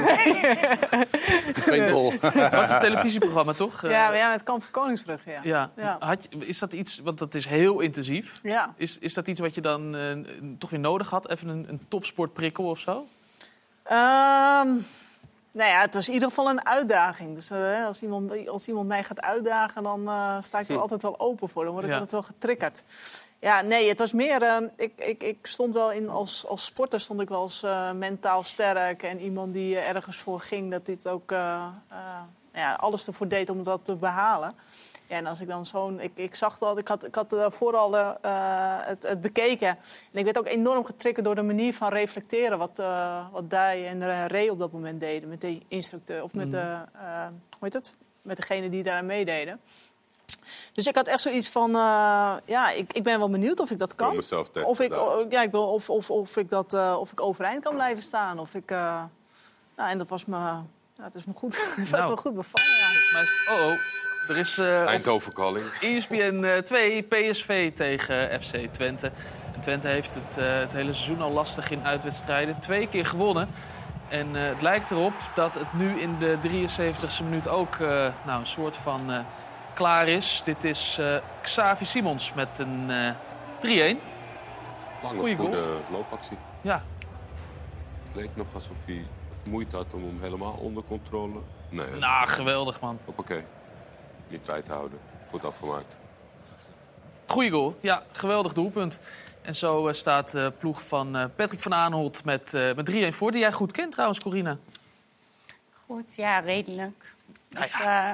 Paintball. Dat was een televisieprogramma, toch? Uh, ja, ja, met Kamp van Koningsbrug, ja. ja. ja. Had je, is dat iets, want dat is heel intensief. Ja. Is, is dat iets wat je dan uh, toch weer nodig had? Even een, een topsportprikkel of zo? Um... Nou ja, het was in ieder geval een uitdaging. Dus uh, als, iemand, als iemand mij gaat uitdagen, dan uh, sta ik er altijd wel open voor. Dan word ik ja. altijd wel getriggerd. Ja, nee, het was meer... Uh, ik, ik, ik stond wel in... Als, als sporter stond ik wel als uh, mentaal sterk. En iemand die uh, ergens voor ging, dat dit ook uh, uh, ja, alles ervoor deed om dat te behalen. Ja, en als ik dan zo'n... Ik, ik zag dat, ik had, ik had uh, vooral uh, het, het bekeken. En ik werd ook enorm getriggerd door de manier van reflecteren... wat, uh, wat Dai en uh, Ray op dat moment deden met de instructeur. Of met mm. de... Uh, hoe heet het? met degenen die daar meededen. Dus ik had echt zoiets van, uh, ja, ik, ik ben wel benieuwd of ik dat kan. Testen, of ik, ja, ik wil, of, of, of ik dat, uh, of ik overeind kan blijven staan. Of ik, uh, nou, en dat was me, ja, het is me goed, het was nou, me goed bevallen. Ja. Oh, oh. Er is uh, Eindhoven-calling. E S P N twee P S V tegen F C Twente. En Twente heeft het, uh, het hele seizoen al lastig in uitwedstrijden. Twee keer gewonnen. En uh, het lijkt erop dat het nu in de drieënzeventigste minuut ook uh, nou, een soort van uh, klaar is. Dit is uh, Xavi Simons met een uh, drie-een. Lange, goede goede loopactie. Ja. Het leek nog alsof hij moeite had om hem helemaal onder controle. Nee. Nou, geweldig, man. Hoppakee. Niet kwijt te houden. Goed afgemaakt. Goeie goal. Ja, geweldig doelpunt. En zo uh, staat de ploeg van uh, Patrick van Aanholt met, uh, met drie-een voor. Die jij goed kent trouwens, Corina. Goed, ja, redelijk. Nou ik, uh,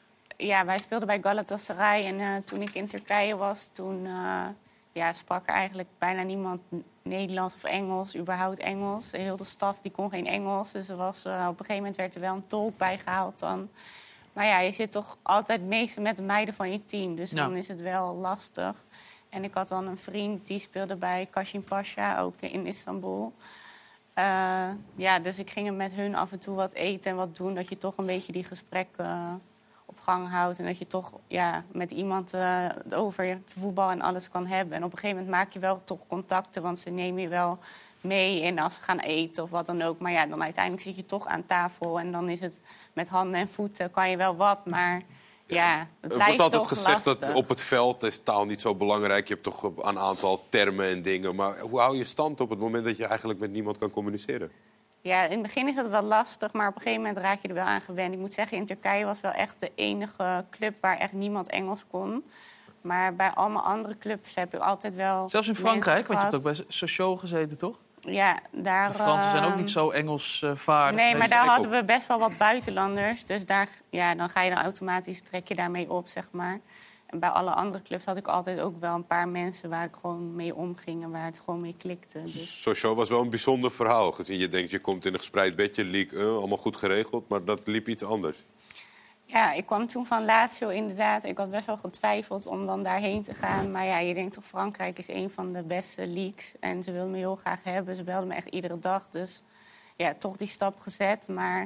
ja, wij speelden bij Galatasaray. En uh, toen ik in Turkije was, toen uh, ja, sprak er eigenlijk bijna niemand Nederlands of Engels. Überhaupt Engels. De hele staf die kon geen Engels. Dus er was, uh, op een gegeven moment werd er wel een tolk bijgehaald dan. Maar ja, je zit toch altijd het meeste met de meiden van je team. Dus dan ja. is het wel lastig. En ik had dan een vriend die speelde bij Kashim Pasha, ook in Istanbul. Uh, ja, dus ik ging met hun af en toe wat eten en wat doen. Dat je toch een beetje die gesprekken uh, op gang houdt. En dat je toch ja, met iemand uh, het over het voetbal en alles kan hebben. En op een gegeven moment maak je wel toch contacten. Want ze nemen je wel mee en als ze gaan eten of wat dan ook. Maar ja, dan uiteindelijk zit je toch aan tafel. En dan is het met handen en voeten kan je wel wat, maar... Ja, het er wordt altijd toch gezegd lastig. dat op het veld is taal niet zo belangrijk. Je hebt toch een aantal termen en dingen. Maar hoe hou je stand op het moment dat je eigenlijk met niemand kan communiceren? Ja, in het begin is het wel lastig, maar op een gegeven moment raak je er wel aan gewend. Ik moet zeggen, in Turkije was wel echt de enige club waar echt niemand Engels kon. Maar bij allemaal andere clubs heb ik altijd wel... Zelfs in Frankrijk, want je hebt ook bij Sochaux gezeten, toch? Ja, daar... De Fransen zijn ook niet zo Engels uh, vaardig. Nee, maar daar hadden we best wel wat buitenlanders. Dus daar, ja, dan ga je dan automatisch, trek je daarmee op, zeg maar. En bij alle andere clubs had ik altijd ook wel een paar mensen waar ik gewoon mee omging en waar het gewoon mee klikte. Dus. Sochaux was wel een bijzonder verhaal. Gezien je denkt, je komt in een gespreid bedje, Ligue één, allemaal goed geregeld. Maar dat liep iets anders. Ja, ik kwam toen van Lazio inderdaad. Ik had best wel getwijfeld om dan daarheen te gaan. Maar ja, je denkt toch, Frankrijk is een van de beste leagues. En ze wilden me heel graag hebben. Ze belden me echt iedere dag. Dus ja, toch die stap gezet. Maar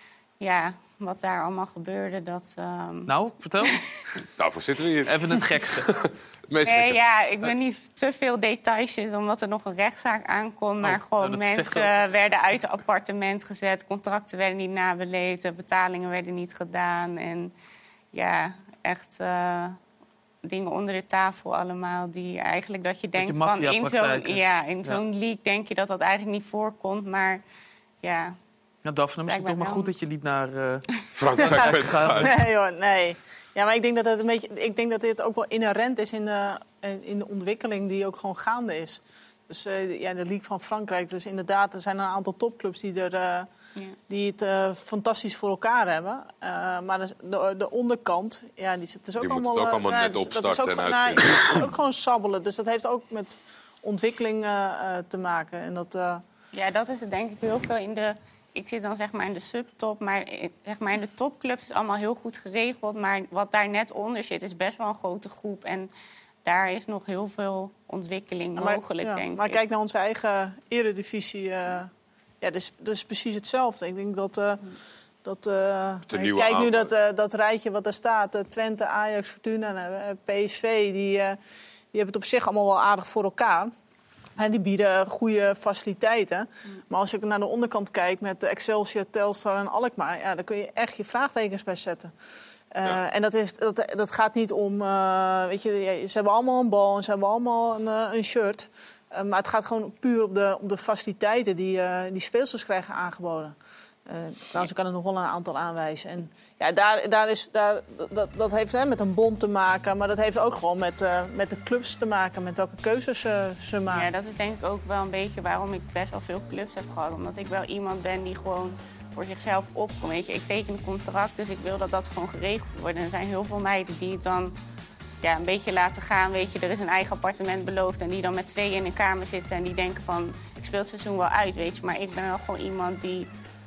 ja, wat daar allemaal gebeurde, dat... Um... Nou, vertel. Daarvoor zitten we hier. Even het gekste. Nee, ja, ik ben niet te veel details in, omdat er nog een rechtszaak aankomt. Maar oh, gewoon nou, mensen werden uit het appartement gezet. Contracten werden niet nabeleefd. Betalingen werden niet gedaan. En ja, echt uh, dingen onder de tafel allemaal. Die eigenlijk dat je denkt van in zo'n ja, in zo'n ja. league denk je dat dat eigenlijk niet voorkomt. Maar ja... Ja, Daphne, misschien toch maar goed dat je niet naar uh, Frankrijk bent gegaan. Nee hoor, nee. Ja, maar ik denk dat het een beetje, ik denk dat dit ook wel inherent is in de, in de ontwikkeling die ook gewoon gaande is. Dus uh, ja, de League van Frankrijk. Dus inderdaad, er zijn een aantal topclubs die, er, uh, ja. die het uh, fantastisch voor elkaar hebben. Uh, maar de, de, de onderkant, ja, die zit dus ook die allemaal... Die moet het ook allemaal uh, net dus, opstarten dat is ook, en nou, dat is ook gewoon sabbelen. Dus dat heeft ook met ontwikkeling uh, uh, te maken. En dat, uh... Ja, dat is het denk ik heel veel in de... Ik zit dan zeg maar in de subtop, maar, zeg maar in de topclubs is allemaal heel goed geregeld. Maar wat daar net onder zit is best wel een grote groep. En daar is nog heel veel ontwikkeling ja, maar, mogelijk, ja, denk maar ik. Maar kijk naar onze eigen eredivisie. Uh, ja, dat is, dat is precies hetzelfde. Ik denk dat... Uh, dat uh, kijk aanbouw. nu dat, uh, dat rijtje wat er staat. Uh, Twente, Ajax, Fortuna, uh, P S V. Die, uh, die hebben het op zich allemaal wel aardig voor elkaar. He, die bieden goede faciliteiten. Mm. Maar als ik naar de onderkant kijk met Excelsior, Telstar en Alkmaar... Ja, daar kun je echt je vraagtekens bij zetten. Uh, ja. En dat, is, dat, dat gaat niet om... Uh, weet je, ze hebben allemaal een bal en ze hebben allemaal een, uh, een shirt. Uh, maar het gaat gewoon puur op de, op de faciliteiten die, uh, die speelsters krijgen aangeboden. Uh, trouwens, ik kan er nog wel een aantal aanwijzen. En ja, daar, daar is, daar, dat, dat heeft hè, met een bond te maken, maar dat heeft ook gewoon met, uh, met de clubs te maken, met welke keuzes uh, ze maken. Ja, dat is denk ik ook wel een beetje waarom ik best wel veel clubs heb gehad. Omdat ik wel iemand ben die gewoon voor zichzelf opkomt. Weet je, ik teken een contract, dus ik wil dat dat gewoon geregeld wordt. En er zijn heel veel meiden die het dan ja, een beetje laten gaan. Weet je, er is een eigen appartement beloofd en die dan met tweeën in een kamer zitten en die denken van, ik speel het seizoen wel uit, weet je. Maar ik ben wel gewoon iemand die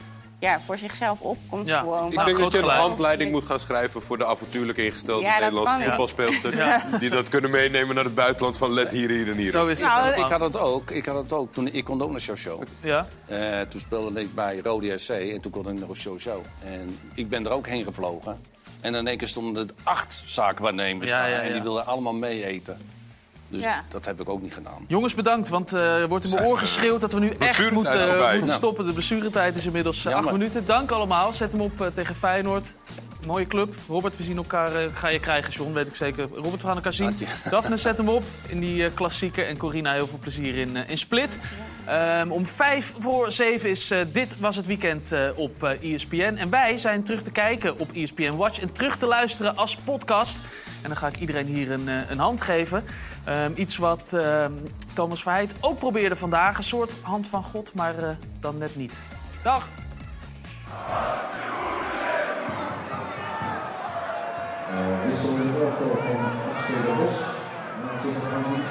ja, voor zichzelf opkomt. Ja, gewoon. Ik denk dat je een gelijk. handleiding moet gaan schrijven voor de avontuurlijk ingestelde Ja, dat Nederlandse kan. voetbalspeelsters. Ja. Die dat kunnen meenemen naar het buitenland van let hier, hier en hier. Zo is het. Nou, helemaal. ik had het ook. Ik had het ook. Toen, ik kon ook naar Show. Ja. Uh, toen speelde ik bij Rode S C en toen kon ik naar Show. En ik ben er ook heen gevlogen. En in één keer stonden er acht zaakwaarnemers Ja, daar. ja, ja. En die wilden allemaal mee eten. Dus Ja. dat heb ik ook niet gedaan. Jongens, bedankt, want eh, er wordt in mijn oor geschreeuwd dat we nu echt blessuretijd moeten, voorbij. moeten Ja. stoppen. De blessuretijd is inmiddels eh, acht Jammer. minuten. Dank allemaal. Zet hem op eh, tegen Feyenoord. Mooie club. Robert, we zien elkaar. eh, ga je krijgen, John, weet ik zeker. Robert, we gaan elkaar zien. Dank je. Daphne, zet hem op in die eh, klassieker. En Corina, heel veel plezier in, eh, in Split. Ehm, om vijf voor zeven is eh, Dit Was Het Weekend eh, op eh, E S P N. En wij zijn terug te kijken op E S P N Watch. En terug te luisteren als podcast. En dan ga ik iedereen hier een, eh, een hand geven. Ehm, iets wat ehm, Thomas Verheid ook probeerde vandaag. Een soort hand van God, maar eh, dan net niet. Dag! Wissel in het elftal van F C Den Bosch. Laat zich dat aanzien.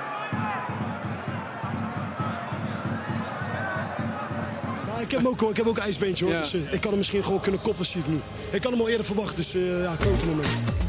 Nou, ik heb hem ook hoor, ik heb ook een ijsbeentje hoor. Ja. Dus uh, ik kan hem misschien gewoon kunnen koppen, zie ik nu. Ik kan hem al eerder verwachten, dus uh, ja, klote moment.